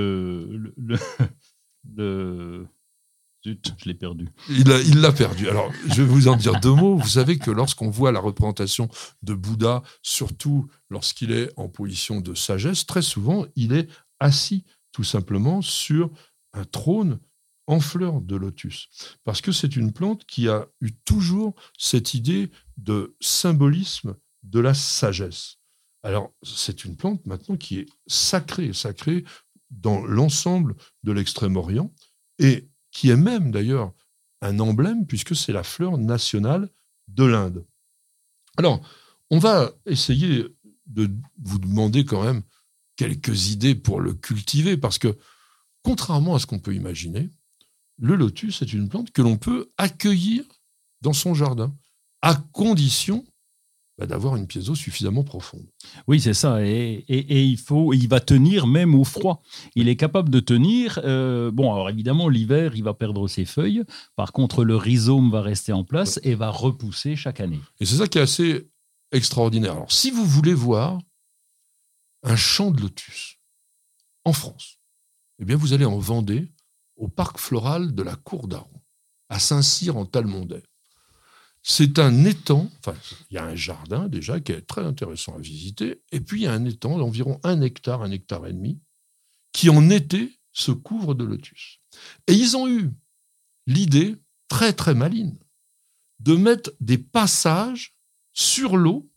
D: Zut, je l'ai perdu.
C: Il l'a perdu. Alors, je vais vous en dire deux mots. Vous savez que lorsqu'on voit la représentation de Bouddha, surtout lorsqu'il est en position de sagesse, très souvent, il est assis tout simplement sur un trône en fleurs de lotus. Parce que c'est une plante qui a eu toujours cette idée de symbolisme de la sagesse. Alors, c'est une plante maintenant qui est sacrée dans l'ensemble de l'Extrême-Orient et qui est même d'ailleurs un emblème puisque c'est la fleur nationale de l'Inde. Alors, on va essayer de vous demander quand même quelques idées pour le cultiver parce que, contrairement à ce qu'on peut imaginer, le lotus est une plante que l'on peut accueillir dans son jardin, à condition d'avoir une pièce d'eau suffisamment profonde.
D: Oui, c'est ça. Et il va tenir même au froid. Il est capable de tenir. Alors évidemment, l'hiver, il va perdre ses feuilles. Par contre, le rhizome va rester en place et va repousser chaque année.
C: Et c'est ça qui est assez extraordinaire. Alors, si vous voulez voir un champ de lotus en France, eh bien, vous allez en Vendée, au parc floral de la Cour d'Aron, à Saint-Cyr en Talmondaie. C'est un étang, il y a un jardin déjà qui est très intéressant à visiter, et puis il y a un étang d'environ 1 hectare, 1,5 hectares, qui en été se couvre de lotus. Et ils ont eu l'idée, très très maligne, de mettre des passages sur l'eau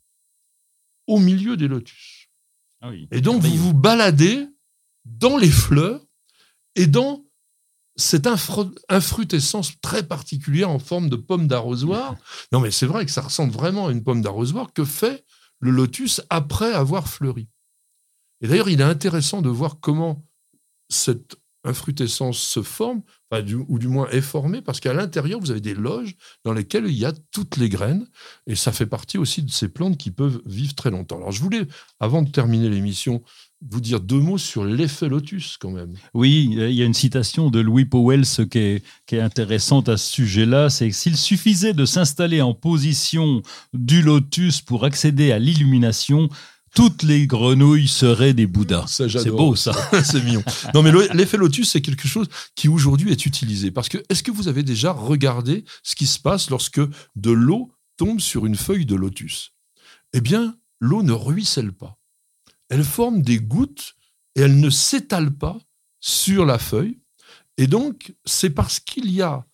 C: au milieu des lotus.
D: Ah oui,
C: et donc vous vous baladez dans les fleurs et dans cette infrutescence très particulière en forme de pomme d'arrosoir. Non, mais c'est vrai que ça ressemble vraiment à une pomme d'arrosoir que fait le lotus après avoir fleuri. Et d'ailleurs, il est intéressant de voir comment cette infrutescence se forme, ou du moins est formée, parce qu'à l'intérieur, vous avez des loges dans lesquelles il y a toutes les graines, et ça fait partie aussi de ces plantes qui peuvent vivre très longtemps. Alors, je voulais, avant de terminer l'émission, vous dire 2 mots sur l'effet lotus, quand même.
D: Oui, il y a une citation de Louis Powell qui est intéressante à ce sujet-là, c'est que s'il suffisait de s'installer en position du lotus pour accéder à l'illumination, toutes les grenouilles seraient des Bouddhas.
C: Ça,
D: c'est beau, ça.
C: C'est mignon. Non, mais l'effet lotus, c'est quelque chose qui aujourd'hui est utilisé. Parce que, est-ce que vous avez déjà regardé ce qui se passe lorsque de l'eau tombe sur une feuille de lotus ? Eh bien, l'eau ne ruisselle pas. Elle forme des gouttes et elle ne s'étale pas sur la feuille. Et donc, c'est parce qu'il y a,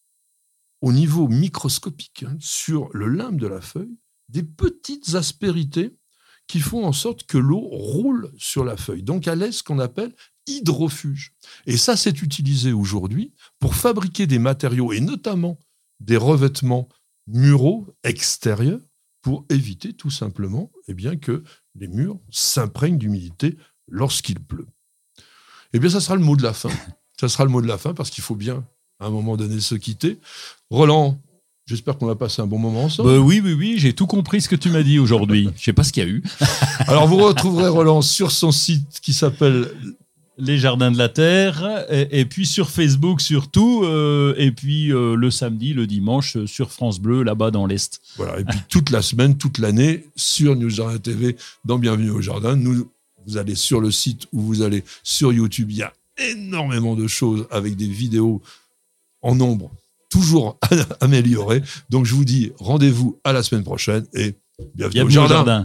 C: au niveau microscopique, sur le limbe de la feuille, des petites aspérités qui font en sorte que l'eau roule sur la feuille. Donc, elle est ce qu'on appelle hydrofuge. Et ça, c'est utilisé aujourd'hui pour fabriquer des matériaux, et notamment des revêtements muraux extérieurs, pour éviter tout simplement que les murs s'imprègnent d'humidité lorsqu'il pleut. Eh bien, ça sera le mot de la fin. Ça sera le mot de la fin parce qu'il faut bien, à un moment donné, se quitter. Roland, j'espère qu'on va passer un bon moment ensemble.
D: Oui, j'ai tout compris ce que tu m'as dit aujourd'hui. Je ne sais pas ce qu'il y a eu.
C: Alors, vous retrouverez Roland sur son site qui s'appelle
D: Les Jardins de la Terre, et puis sur Facebook surtout, et puis le samedi, le dimanche sur France Bleu, là-bas dans l'Est.
C: Voilà, et puis toute la semaine, toute l'année, sur News Jardin TV, dans Bienvenue au Jardin. Vous allez sur le site ou vous allez sur YouTube, il y a énormément de choses avec des vidéos en nombre toujours améliorées. Donc je vous dis rendez-vous à la semaine prochaine et bienvenue au Jardin.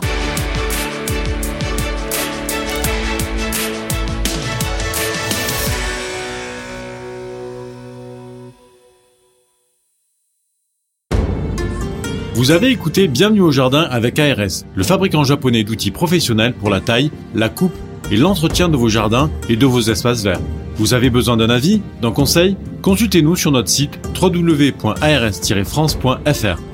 A: Vous avez écouté Bienvenue au jardin avec ARS, le fabricant japonais d'outils professionnels pour la taille, la coupe et l'entretien de vos jardins et de vos espaces verts. Vous avez besoin d'un avis, d'un conseil ? Consultez-nous sur notre site www.ars-france.fr.